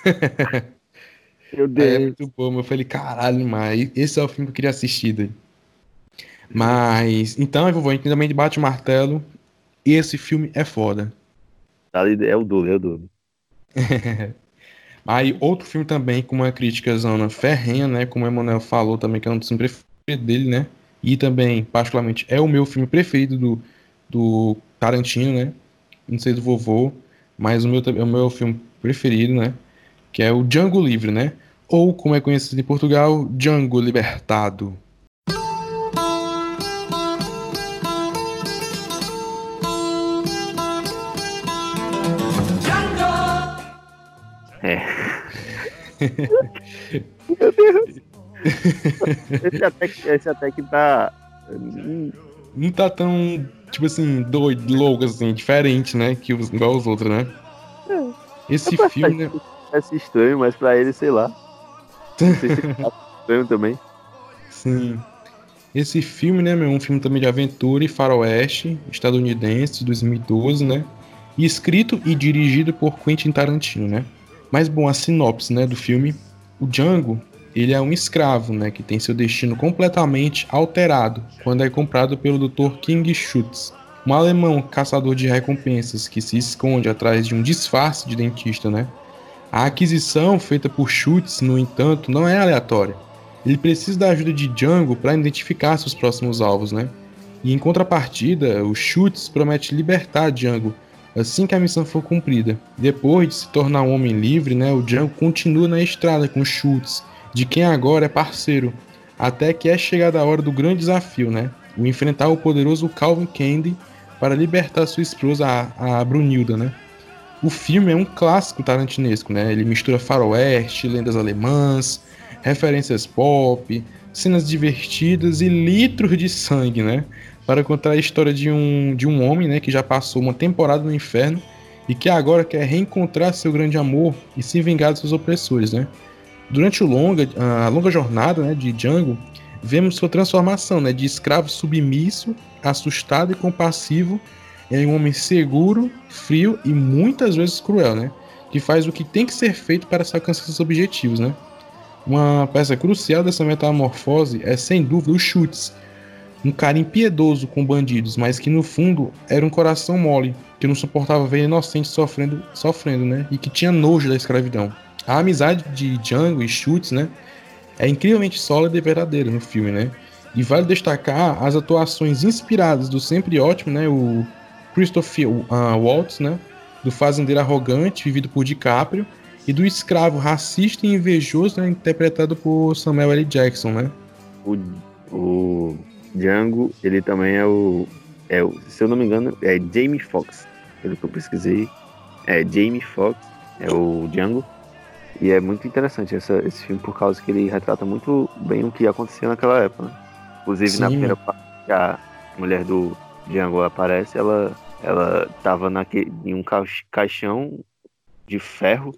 Meu Aí é Deus. muito bom, eu falei, caralho, mas esse é o filme que eu queria assistir, doido. Mas, então, vovô, a gente também bate o martelo, esse filme é foda. Ali é o duro, é o duro. Aí, outro filme também com uma crítica zona ferrenha, né? Como o Emanuel falou também, que é um dos filmes preferidos dele, né? E também, particularmente, é o meu filme preferido do Tarantino, né? Não sei do vovô, mas é o meu filme preferido, né? Que é o Django Livre, né? Ou, como é conhecido em Portugal, Django Libertado. É. Meu Deus. Esse até que tá. Não tá tão, tipo assim, doido, louco, assim, diferente, né? Igual os outros, né? É Esse pra filme, né? gente parece estranho, mas pra ele, sei lá. Não sei se ele tá estranho também. Sim. Esse filme, né, meu, é um filme também de aventura e faroeste, estadunidense, de 2012, né? E escrito e dirigido por Quentin Tarantino, né? Mas, bom, a sinopse, né, do filme, o Django, ele é um escravo, né, que tem seu destino completamente alterado quando é comprado pelo Dr. King Schutz, um alemão caçador de recompensas que se esconde atrás de um disfarce de dentista, né? A aquisição feita por Schutz, no entanto, não é aleatória. Ele precisa da ajuda de Django para identificar seus próximos alvos, né? E em contrapartida, o Schutz promete libertar Django assim que a missão for cumprida. Depois de se tornar um homem livre, né, o Django continua na estrada com Schutz, de quem agora é parceiro, até que é chegada a hora do grande desafio, né? O enfrentar o poderoso Calvin Candy para libertar sua esposa, a Brunilda, né? O filme é um clássico tarantinesco, né? Ele mistura faroeste, lendas alemãs, referências pop, cenas divertidas e litros de sangue, né? Para contar a história de um homem, né, que já passou uma temporada no inferno e que agora quer reencontrar seu grande amor e se vingar dos seus opressores, né? Durante a longa jornada, né, de Django, vemos sua transformação, né, de escravo submisso, assustado e compassivo em um homem seguro, frio e muitas vezes cruel, né, que faz o que tem que ser feito para se alcançar seus objetivos, né. Uma peça crucial dessa metamorfose é sem dúvida o Schutz, um cara impiedoso com bandidos, mas que no fundo era um coração mole, que não suportava ver inocentes sofrendo, né, e que tinha nojo da escravidão. A amizade de Django e Schutz, né, é incrivelmente sólida e verdadeira no filme, né? E vale destacar as atuações inspiradas do sempre ótimo, né, o Christopher Waltz, né, do fazendeiro arrogante vivido por DiCaprio e do escravo racista e invejoso, né, interpretado por Samuel L. Jackson, né? O Django, ele também se eu não me engano, é Jamie Foxx. pelo que eu pesquisei. É Jamie Foxx, é o Django. E é muito interessante esse filme por causa que ele retrata muito bem o que acontecia naquela época, né? Inclusive na Sim, primeira mano. parte que a mulher do Django aparece, ela tava em um caixão de ferro,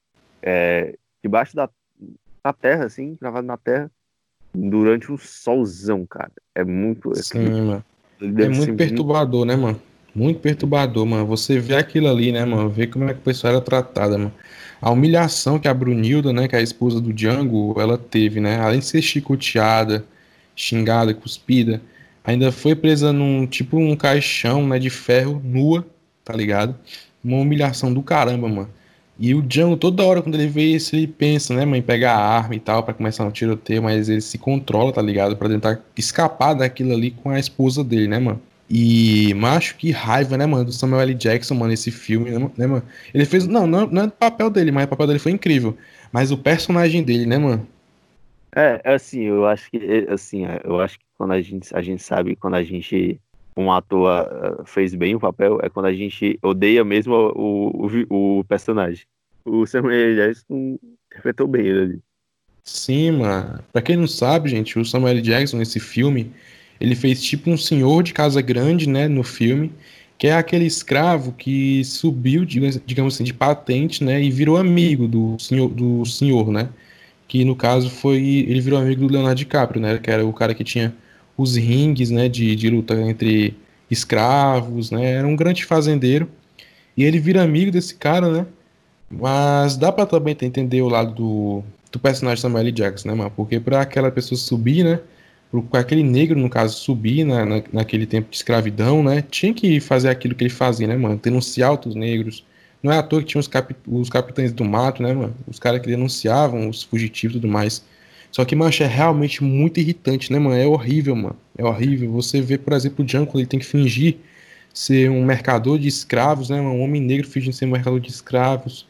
debaixo da terra, assim, gravado na terra, durante um solzão, cara. É muito. Sim, mano. Ele É deve ser muito muito. perturbador, né, mano? Muito perturbador, mano. Você vê aquilo ali, né, mano? Vê como é que o pessoal era tratada, mano. A humilhação que a Brunilda, né, que é a esposa do Django, ela teve, né? Além de ser chicoteada, xingada, cuspida, ainda foi presa num, tipo, um caixão, né, de ferro, nua, tá ligado? Uma humilhação do caramba, mano. E o Django, toda hora, quando ele vê isso, ele pensa, né, mãe, pegar a arma e tal, pra começar um tiroteio, mas ele se controla, tá ligado? Pra tentar escapar daquilo ali com a esposa dele, né, mano? E, macho, que raiva, né, mano, do Samuel L. Jackson, mano, esse filme, né, mano? Ele fez. Não é do papel dele, mas o papel dele foi incrível. Mas o personagem dele, né, mano? Assim, eu acho que, assim, eu acho que quando a gente sabe quando a gente, um ator fez bem o papel, é quando a gente odeia mesmo o personagem. O Samuel L. Jackson interpretou bem ele ali. Sim, mano. Pra quem não sabe, gente, o Samuel L. Jackson, nesse filme, ele fez tipo um senhor de casa grande, né, no filme, que é aquele escravo que subiu, digamos assim, de patente, né, e virou amigo do senhor, né? Que no caso foi, ele virou amigo do Leonardo DiCaprio, né, que era o cara que tinha os ringues, né, de luta entre escravos, né, era um grande fazendeiro, e ele vira amigo desse cara, né, mas dá pra também entender o lado do personagem Samuel L. Jackson, né, mano, porque pra aquela pessoa subir, né, pra aquele negro, no caso, subir naquele tempo de escravidão, né, tinha que fazer aquilo que ele fazia, né, mano, denunciar outros negros. Não é à toa que tinha os capitães do mato, né, mano? Os caras que denunciavam os fugitivos e tudo mais. Só que, mancha, é realmente muito irritante, né, mano? É horrível, mano. É horrível. Você vê, por exemplo, o Django, ele tem que fingir ser um mercador de escravos, né? Um homem negro fingindo ser um mercador de escravos.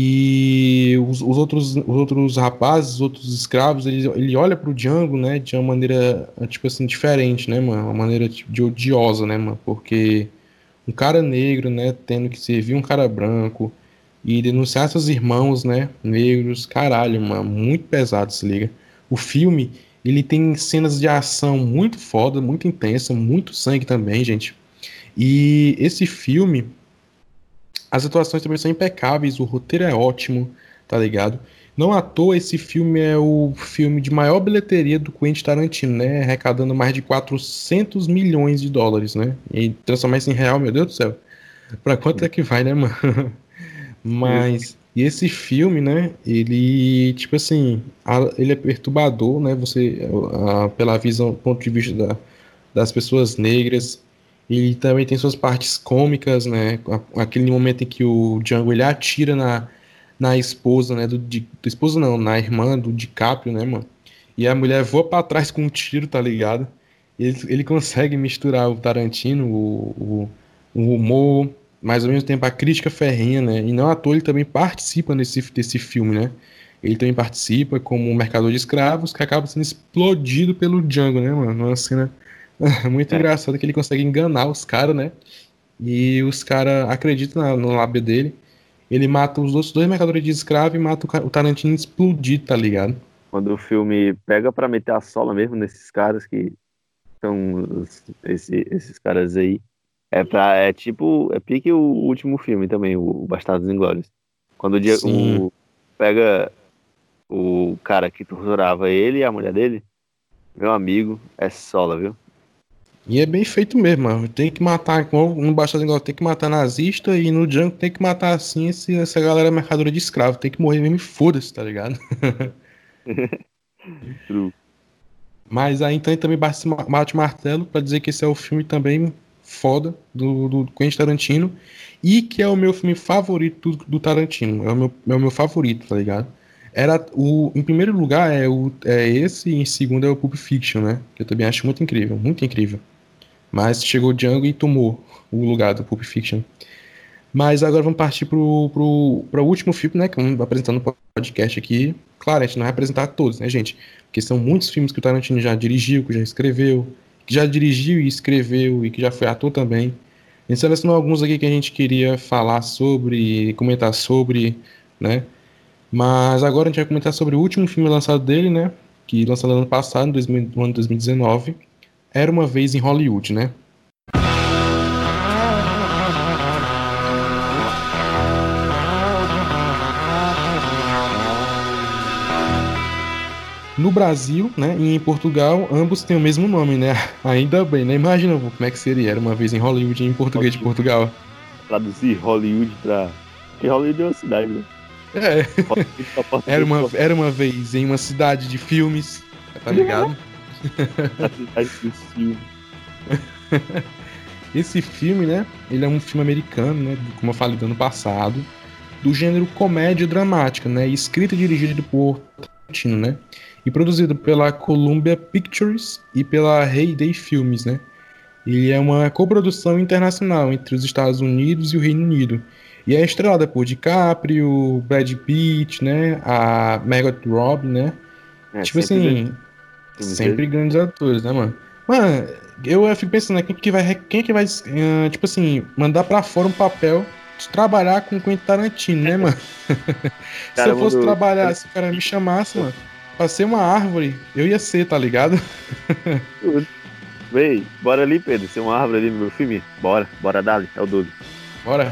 E os outros rapazes, os outros escravos, ele olha pro Django, né, de uma maneira, tipo assim, diferente, né, mano? Uma maneira tipo, de odiosa, né, mano? Porque um cara negro, né, tendo que servir um cara branco e denunciar seus irmãos, né, negros, caralho, mano, muito pesado, se liga. O filme, ele tem cenas de ação muito foda, muito intensa, muito sangue também, gente. E esse filme, as atuações também são impecáveis, o roteiro é ótimo, tá ligado? Não à toa esse filme é o filme de maior bilheteria do Quentin Tarantino, né? Arrecadando mais de 400 milhões de dólares, né? E transformar isso em real, meu Deus do céu. Pra quanto é que vai, né, mano? Mas e esse filme, né? Ele, tipo assim, ele é perturbador, né? Pela visão, ponto de vista das pessoas negras. E também tem suas partes cômicas, né? Aquele momento em que o Django ele atira na esposa, né? Do esposo não, na irmã do DiCaprio, né, mano? E a mulher voa pra trás com um tiro, tá ligado? Ele consegue misturar o Tarantino, o humor, mas ao mesmo tempo a crítica ferrenha, né? E não à toa ele também participa desse filme, né? Ele também participa como um mercador de escravos que acaba sendo explodido pelo Django, né, mano? Uma cena muito É, engraçada que ele consegue enganar os caras, né? E os caras acreditam no lábio dele. Ele mata os outros dois mercadores de escravo e mata o Tarantino explodido, tá ligado? quando o filme pega pra meter a sola mesmo nesses caras que são esses caras aí, é pique o último filme também, o Bastardos Inglórios. Quando Sim. pega o cara que torturava ele e a mulher dele, meu amigo, é sola, viu? E é bem feito mesmo, mano. Tem que matar, como no Bastardos Inglórios tem que matar nazista e no Django tem que matar assim essa galera mercadora de escravo. Tem que morrer mesmo e foda-se, tá ligado? True. Mas aí então ele também bate o martelo pra dizer que esse é o filme também foda do Quentin Tarantino e que é o meu filme favorito do Tarantino. É o meu favorito, tá ligado? Em primeiro lugar é esse e em segundo é o Pulp Fiction, né? Que eu também acho muito incrível, muito incrível. Mas chegou o Django e tomou o lugar do Pulp Fiction. Mas agora vamos partir pro último filme, né? Que vamos apresentando no podcast aqui. Claro, a gente não vai apresentar todos, né, gente? Porque são muitos filmes que o Tarantino já dirigiu, que já escreveu, que já dirigiu e escreveu e que já foi ator também. A gente selecionou alguns aqui que a gente queria falar sobre, comentar sobre, né? Mas agora a gente vai comentar sobre o último filme lançado dele, né? Que lançado no ano passado, no ano 2019. Era Uma Vez em Hollywood, né? No Brasil, né, e em Portugal, ambos têm o mesmo nome, né? Ainda bem, né? Imagina como é que seria. Era Uma Vez em Hollywood em português de Portugal. Traduzir Hollywood pra. Porque Hollywood é uma cidade, né? É. Hollywood pra português, Era uma vez em uma cidade de filmes, tá ligado? Esse filme, né? Ele é um filme americano, né? Como eu falei do ano passado, do gênero comédia dramática, né? Escrito e dirigido por Tarantino, né? E produzido pela Columbia Pictures e pela Heyday Filmes, né? Ele é uma coprodução internacional entre os Estados Unidos e o Reino Unido. E é estrelada por DiCaprio, Brad Pitt, né? A Margot Robbie, né? Tipo assim, sempre grandes atores, né, mano? Mano, eu fico pensando, né, quem é que vai, tipo assim, mandar pra fora um papel de trabalhar com o Quentin Tarantino, né, mano? Se eu fosse trabalhar, se o cara me chamasse, mano, pra ser uma árvore, eu ia ser, tá ligado? Véi, bora ali, Pedro, ser uma árvore ali no meu filme? Bora dali, é o Dudu. Bora.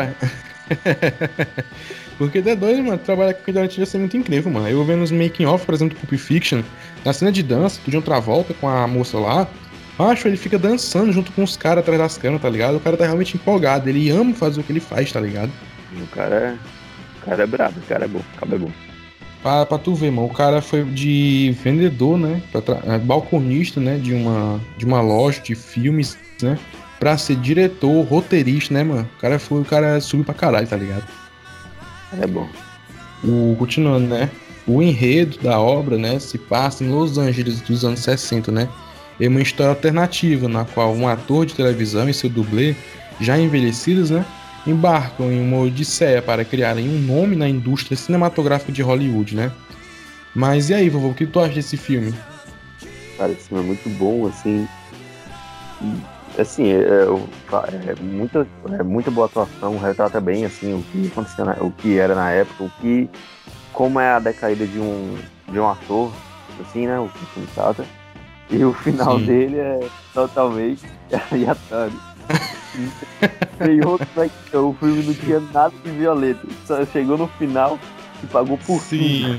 Porque é doido, mano, trabalhar com o Quentin Tarantino ia ser muito incrível, mano. Eu vendo os making of, por exemplo, do Pulp Fiction, na cena de dança, do John Travolta com a moça lá, acho ele fica dançando junto com os caras atrás das câmeras, tá ligado? O cara tá realmente empolgado, ele ama fazer o que ele faz, tá ligado? O cara é brabo, o cara é bom, o cara é bom. Pra tu ver, mano, o cara foi de vendedor, né? Balconista, né? De uma loja de filmes, né? Pra ser diretor, roteirista, né, mano? O cara subiu pra caralho, tá ligado? É bom. Continuando, né? O enredo da obra, né? Se passa em Los Angeles dos anos 60, né? É uma história alternativa, na qual um ator de televisão e seu dublê, já envelhecidos, né? Embarcam em uma odisseia para criarem um nome na indústria cinematográfica de Hollywood, né? Mas e aí, vovô, o que tu acha desse filme? Cara, esse filme é muito bom, assim. Assim, muita boa atuação, retrata bem, assim, o que acontecia, o que era na época, como é a decaída de um ator, assim, né? O que o filme trata. E o final dele é totalmente aleatório. O filme não tinha nada de violento. Só chegou no final e pagou por Sim.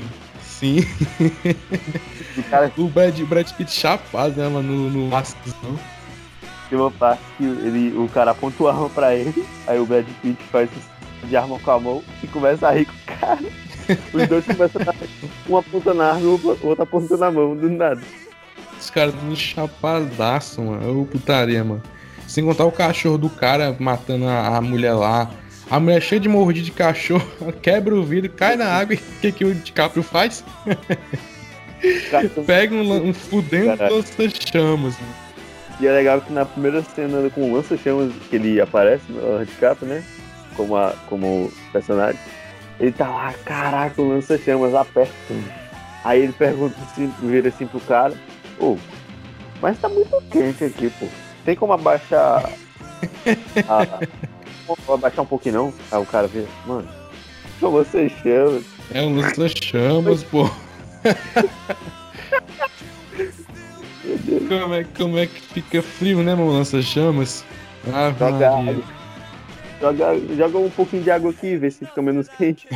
O Brad Pitt chapado, né, mano, no máximo. Tem uma parte que o cara aponta uma arma pra ele, aí o Brad Pitt faz de arma com a mão e começa a rir com o cara. Os dois começam a dar uma ponta na arma e outra ponta na mão, do nada. Os caras dando chapadaço, mano. Ô putaria, mano. Sem contar o cachorro do cara matando a mulher lá. A mulher cheia de mordida de cachorro, quebra o vidro, cai na água e o que o DiCaprio faz? Pega um fudendo lança-chamas. E é legal que na primeira cena com o lança-chamas que ele aparece, no DiCaprio, né? Como personagem, ele tá lá, caraca, o lança-chamas aperta. Aí ele pergunta assim, vira assim pro cara, mas tá muito quente aqui, pô. Tem como abaixar abaixar um pouquinho não? Aí o cara vira, mano, como você chama? É um lança-chamas, pô. Como é que fica frio, né, meu lança-chamas? Joga um pouquinho de água aqui, vê se fica menos quente.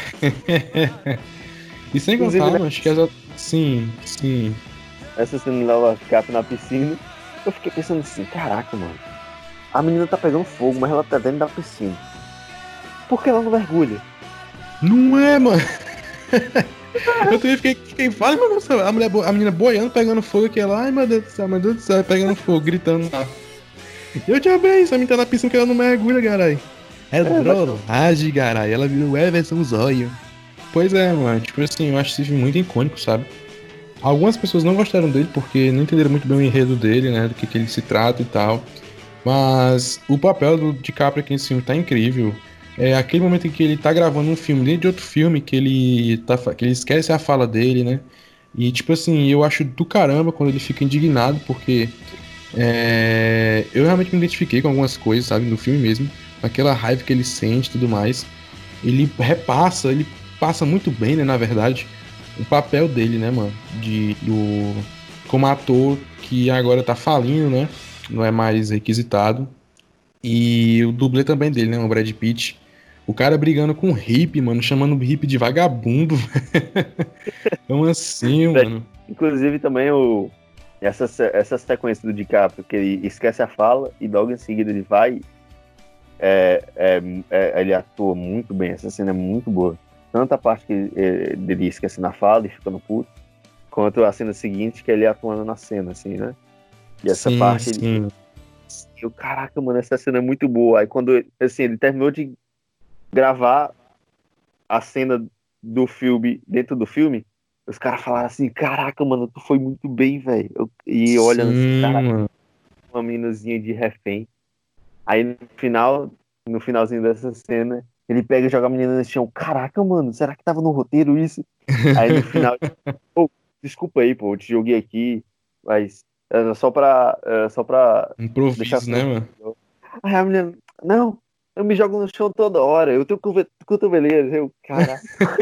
E sem contar, mano, acho que Sim. Essa cena leva DiCaprio na piscina. Eu fiquei pensando assim, caraca, mano. A menina tá pegando fogo, mas ela tá dentro da piscina. Por que ela não mergulha? Não é, mano. Eu também fiquei falando, meu Deus, a menina boiando, pegando fogo aqui, ela, ai meu Deus do céu, pegando fogo, gritando lá. Eu te abri, essa menina tá na piscina que ela não mergulha, garai. É trollagem, garai, ela virou Everson Zóio. Pois é, mano, tipo assim, eu acho esse filme muito icônico, sabe? Algumas pessoas não gostaram dele porque não entenderam muito bem o enredo dele, né, do que ele se trata e tal. Mas o papel do DiCaprio aqui nesse filme tá incrível. É aquele momento em que ele tá gravando um filme dentro de outro filme, que ele esquece a fala dele, né? E tipo assim, eu acho do caramba quando ele fica indignado, porque Eu realmente me identifiquei com algumas coisas, sabe, no filme mesmo. Aquela raiva que ele sente e tudo mais. Ele passa muito bem, né, na verdade, o papel dele, né, mano, como ator que agora tá falindo, né, não é mais requisitado. E o dublê também dele, né, o Brad Pitt. O cara brigando com o hippie, mano, chamando o hippie de vagabundo. Como assim, mano? Inclusive também essa sequência do DiCaprio, que ele esquece a fala e logo em seguida ele vai. Ele atua muito bem, essa cena é muito boa. Tanto a parte dele esquecendo a fala e ficando puto, quanto a cena seguinte, que ele atuando na cena, assim, né? E essa Sim, parte, sim. caraca, mano, essa cena é muito boa. Aí quando, assim, ele terminou de gravar a cena do filme, dentro do filme, os caras falaram assim, caraca, mano, tu foi muito bem, velho. E olhando assim, Sim, caraca, mano. uma meninazinha de refém. Aí no finalzinho dessa cena, ele pega e joga a menina no chão. Caraca, mano, será que tava no roteiro isso? Aí no final, pô, desculpa aí, pô, eu te joguei aqui, mas só pra deixar Improviso, assim. né, mano? Aí a menina, não, eu me jogo no chão toda hora, eu tenho cotoveleira. Eu, caraca,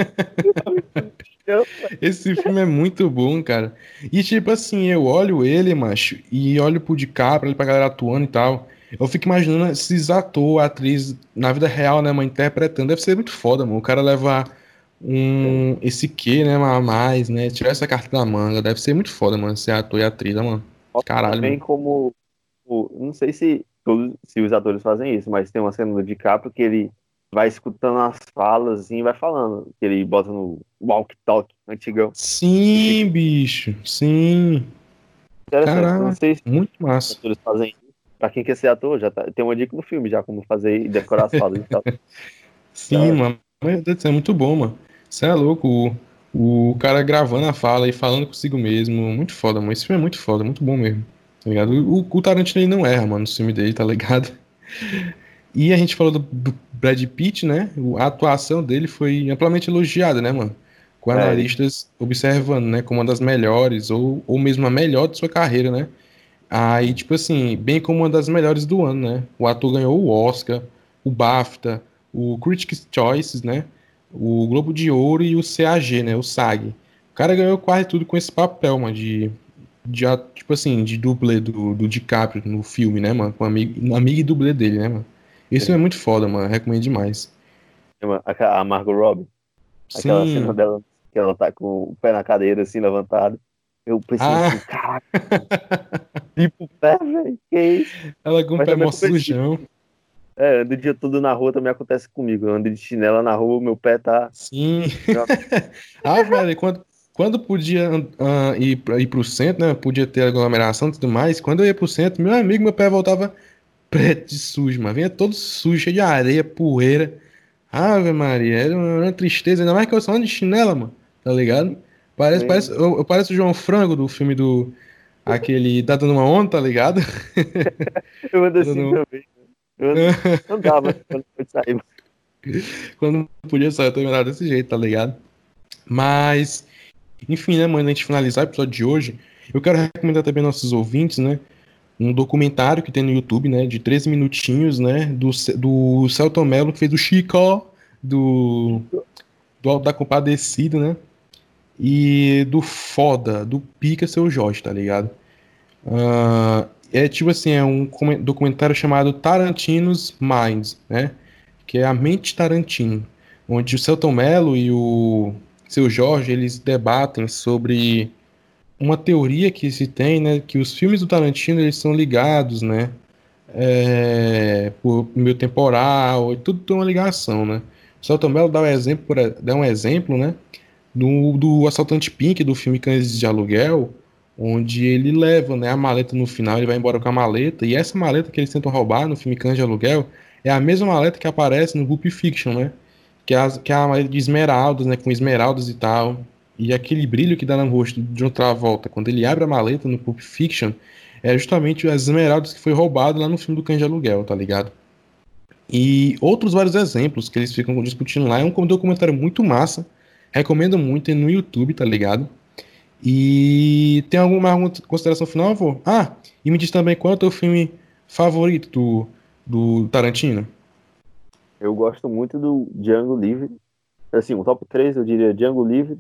Esse filme é muito bom, cara. E tipo assim, eu olho ele, macho, e olho pro DiCaprio, olho pra galera atuando e tal. Eu fico imaginando esses ator, atriz, na vida real, né, mano, interpretando. Deve ser muito foda, mano. O cara levar esse quê, né, a mais, né? Tirar essa carta da manga. Deve ser muito foda, mano, ser ator e atriz, né, mano? Caralho, também mano. como, não sei se os atores fazem isso, mas tem uma cena do DiCaprio que ele vai escutando as falas assim, e vai falando, que ele bota no walk-talk antigão e fica Sim, bicho. Sim. interessante. Não Caralho. sei se Muito os massa. atores fazem isso. Pra quem quer ser ator, já tem uma dica no filme já como fazer e decorar as falas e tal. Da Sim, hora. mano. Meu Deus do céu, é muito bom, mano. Você é louco. O cara gravando a fala e falando consigo mesmo. Muito foda, mano. Esse filme é muito foda, muito bom mesmo. Tá ligado? O Tarantino ele não erra, mano, no filme dele, tá ligado? E a gente falou do Brad Pitt, né? A atuação dele foi amplamente elogiada, né, mano? Com Ele analistas observando, né, como uma das melhores, ou mesmo a melhor de sua carreira, né? Aí, tipo assim, bem como uma das melhores do ano, né? O ator ganhou o Oscar, o BAFTA, o Critics' Choice, né? O Globo de Ouro e o CAG, né? O SAG. O cara ganhou quase tudo com esse papel, mano, tipo assim, de dublê do DiCaprio no filme, né, mano? Com amigo e dublê dele, né, mano? Isso é muito foda, mano. Recomendo demais. chama a Margot Robbie, aquela cena Sim. dela que ela tá com o pé na cadeira assim levantado. Eu pensei assim, Ah, caraca, tipo pé, velho, que isso? ela com o Mas pé também mó acontece. sujão. Ando o dia todo na rua também acontece comigo. Eu ando de chinela na rua, meu pé tá. Sim. Ah, velho, quando podia ir pro centro, né? Podia ter aglomeração e tudo mais. Quando eu ia pro centro, meu amigo, meu pé voltava preto e sujo, mano. Vinha todo sujo, cheio de areia, poeira. Ave Maria, era uma tristeza. Ainda mais que eu só ando de chinela, mano. Tá ligado? Eu pareço o João Frango do filme do. Aquele. Tá dando uma onda, tá ligado? Eu ando Tá assim dando... também. Eu ando, andava quando foi sair. Quando não podia sair, eu também desse jeito, tá ligado? Mas. Enfim, né, mano, antes de finalizar o episódio de hoje, eu quero recomendar também aos nossos ouvintes, né, um documentário que tem no YouTube, né, de 13 minutinhos, né, do Selton Mello, que fez o Chico, do Alto da Compadecida, né, e do Foda, do Pica Seu Jorge, tá ligado? É tipo assim, é um documentário chamado Tarantino's Minds, né, que é a mente Tarantino, onde o Selton Mello e o Seu Jorge, eles debatem sobre uma teoria que se tem, né, que os filmes do Tarantino eles são ligados, né, por meio temporal, e tudo tem uma ligação, né. O Selton Mello dá um exemplo, né, do Assaltante Pink do filme Cães de Aluguel, onde ele leva, né, a maleta no final, ele vai embora com a maleta, e essa maleta que eles tentam roubar no filme Cães de Aluguel é a mesma maleta que aparece no Pulp Fiction, né, que é a maleta de esmeraldas, né, com esmeraldas e tal. E aquele brilho que dá no rosto de John Travolta quando ele abre a maleta no Pulp Fiction é justamente as esmeraldas que foi roubado lá no filme do Cães de Aluguel, tá ligado? E outros vários exemplos que eles ficam discutindo lá. É um documentário muito massa. Recomendo muito, é no YouTube, tá ligado? E tem alguma consideração final, avô? Ah, e me diz também qual é o teu filme favorito do Tarantino? Eu gosto muito do Django Livre. Assim, o top 3 eu diria Django Livre.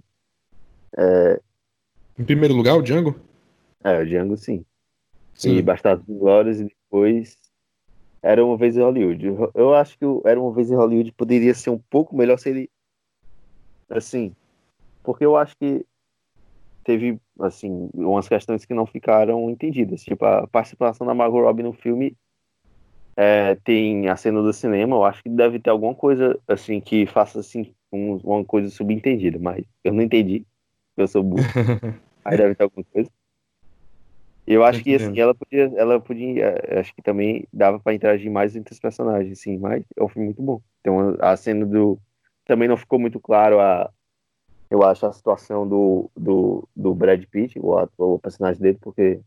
Em primeiro lugar, o Django? É, o Django sim. E Sim. Bastardos Inglórios e depois Era Uma Vez em Hollywood. Eu acho que o Era Uma Vez em Hollywood poderia ser um pouco melhor se ele, assim, porque eu acho que teve, assim, umas questões que não ficaram entendidas. Tipo, a participação da Margot Robbie no filme tem a cena do cinema. Eu acho que deve ter alguma coisa, assim, que faça, assim, uma coisa subentendida, mas eu não entendi. Eu sou burro. Aí deve ter alguma coisa. Eu Tô acho que assim, entendendo. acho que também dava pra interagir mais entre os personagens, assim, mas é um filme muito bom. Então a cena do também não ficou muito claro eu acho a situação do Brad Pitt, o personagem dele, porque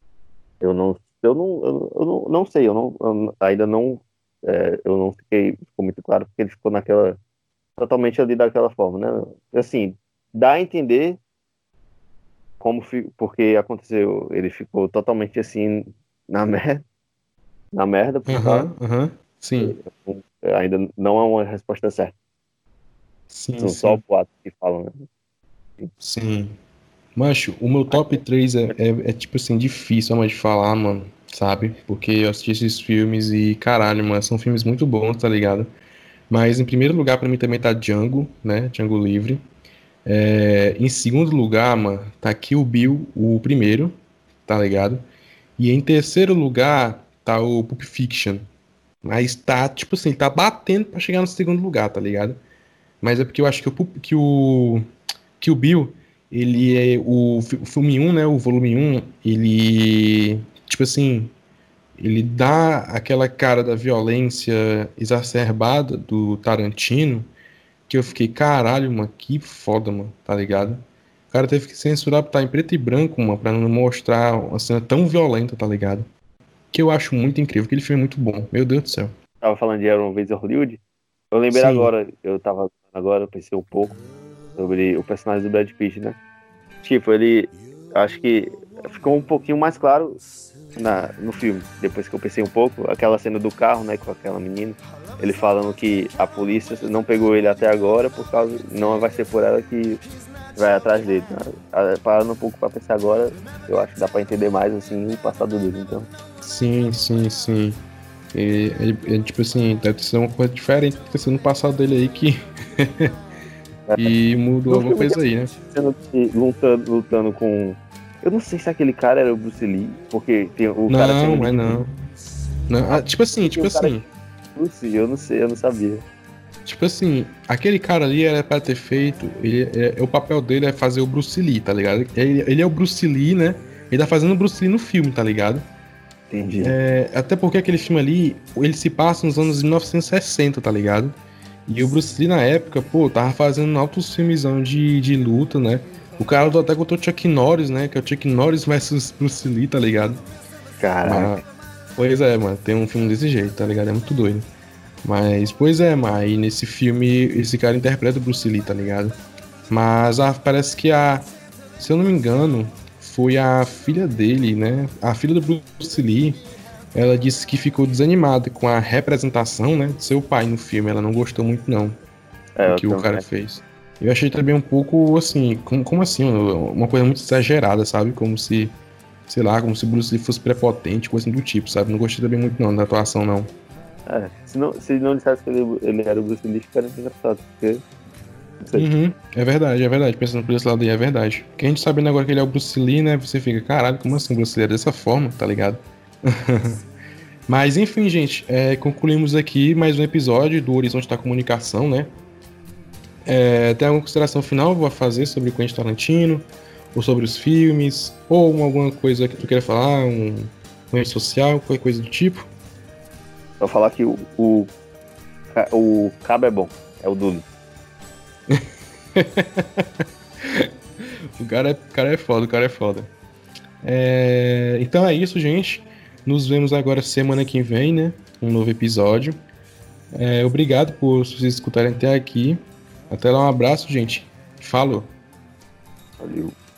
eu não sei, ainda não eu não ficou muito claro porque ele ficou naquela totalmente ali daquela forma, né? Assim, dá a entender porque aconteceu, ele ficou totalmente assim na merda, na merda, por causa. Aham, aham. Sim, Ainda não é uma resposta certa. sim, São só sim, boatos que falam, né? sim. Macho, o meu top 3 é tipo assim, difícil mais de falar, mano, sabe? Porque eu assisti esses filmes e, caralho, mano, são filmes muito bons, tá ligado? Mas em primeiro lugar, pra mim também tá Django, né? Django Livre. Em segundo lugar, mano, tá Kill Bill, o primeiro, tá ligado? E em terceiro lugar, tá o Pulp Fiction. Mas tá, tipo assim, tá batendo pra chegar no segundo lugar, tá ligado? Mas é porque eu acho que o Bill, ele é o filme um, né, o volume um, ele, tipo assim, ele dá aquela cara da violência exacerbada do Tarantino, que eu fiquei, caralho, mano, que foda, mano, tá ligado? O cara teve que censurar pra estar em preto e branco, mano, pra não mostrar uma cena tão violenta, tá ligado? Que eu acho muito incrível, aquele filme é muito bom, meu Deus do céu. Tava falando de Era Uma Vez em Hollywood. Eu lembrei Sim. agora, eu pensei um pouco sobre o personagem do Brad Pitt, né? Tipo, ele, acho que ficou um pouquinho mais claro no filme. Depois que eu pensei um pouco, aquela cena do carro, né, com aquela menina, ele falando que a polícia não pegou ele até agora por causa, não vai ser por ela que vai atrás dele, né? Parando um pouco pra pensar agora, eu acho que dá pra entender mais, assim, o passado dele, então. Sim, sim, sim. Tipo assim, deve ser uma coisa diferente que aconteceu no passado dele aí que mudou No alguma filme coisa aí, né? sendo lutando com. Eu não sei se aquele cara era o Bruce Lee, porque tem, o cara chama Não, ele é de não. Não, Ah, tipo assim, tem tipo um cara assim. que Bruce, eu não sei, eu não sabia. Tipo assim, aquele cara ali era pra ter feito. O papel dele é fazer o Bruce Lee, tá ligado? Ele é o Bruce Lee, né? Ele tá fazendo o Bruce Lee no filme, tá ligado? Entendi. Até porque aquele filme ali, ele se passa nos anos 1960, tá ligado? E o Bruce Lee na época, pô, tava fazendo altos filmezão de luta, né? O cara lutou até contra o Chuck Norris, né? Que é o Chuck Norris versus Bruce Lee, tá ligado? Mas, Caraca. pois é, mano, tem um filme desse jeito, tá ligado? É muito doido. Mas, pois é, mano, aí nesse filme esse cara interpreta o Bruce Lee, tá ligado? Mas parece que se eu não me engano, foi a filha dele, né? A filha do Bruce Lee, ela disse que ficou desanimada com a representação, né, de seu pai no filme. Ela não gostou muito, não, do Eu que o cara também. fez. Eu achei também um pouco assim, como assim? Uma coisa muito exagerada, sabe? Como se, sei lá, como se o Bruce Lee fosse prepotente, coisa do tipo, sabe? Não gostei também muito, não, da atuação, não. Se não dissesse que ele era o Bruce Lee, ficaria engraçado, porque. Não sei. Uhum, é verdade. Pensando por esse lado aí, é verdade. Porque a gente sabendo agora que ele é o Bruce Lee, né? Você fica, caralho, como assim o Bruce Lee é dessa forma, tá ligado? Mas enfim, gente, concluímos aqui mais um episódio do Horizonte da Comunicação, né? Tem alguma consideração final a fazer sobre o Quentin Tarantino, ou sobre os filmes, ou alguma coisa que tu queira falar, uma rede social, qualquer coisa do tipo? Vou falar que o cabo é bom. É o Dully. O cara é foda, o cara é foda. Então é isso, gente. Nos vemos agora semana que vem, né? Um novo episódio. Obrigado por vocês escutarem até aqui. Até lá, um abraço, gente. Falou. Valeu.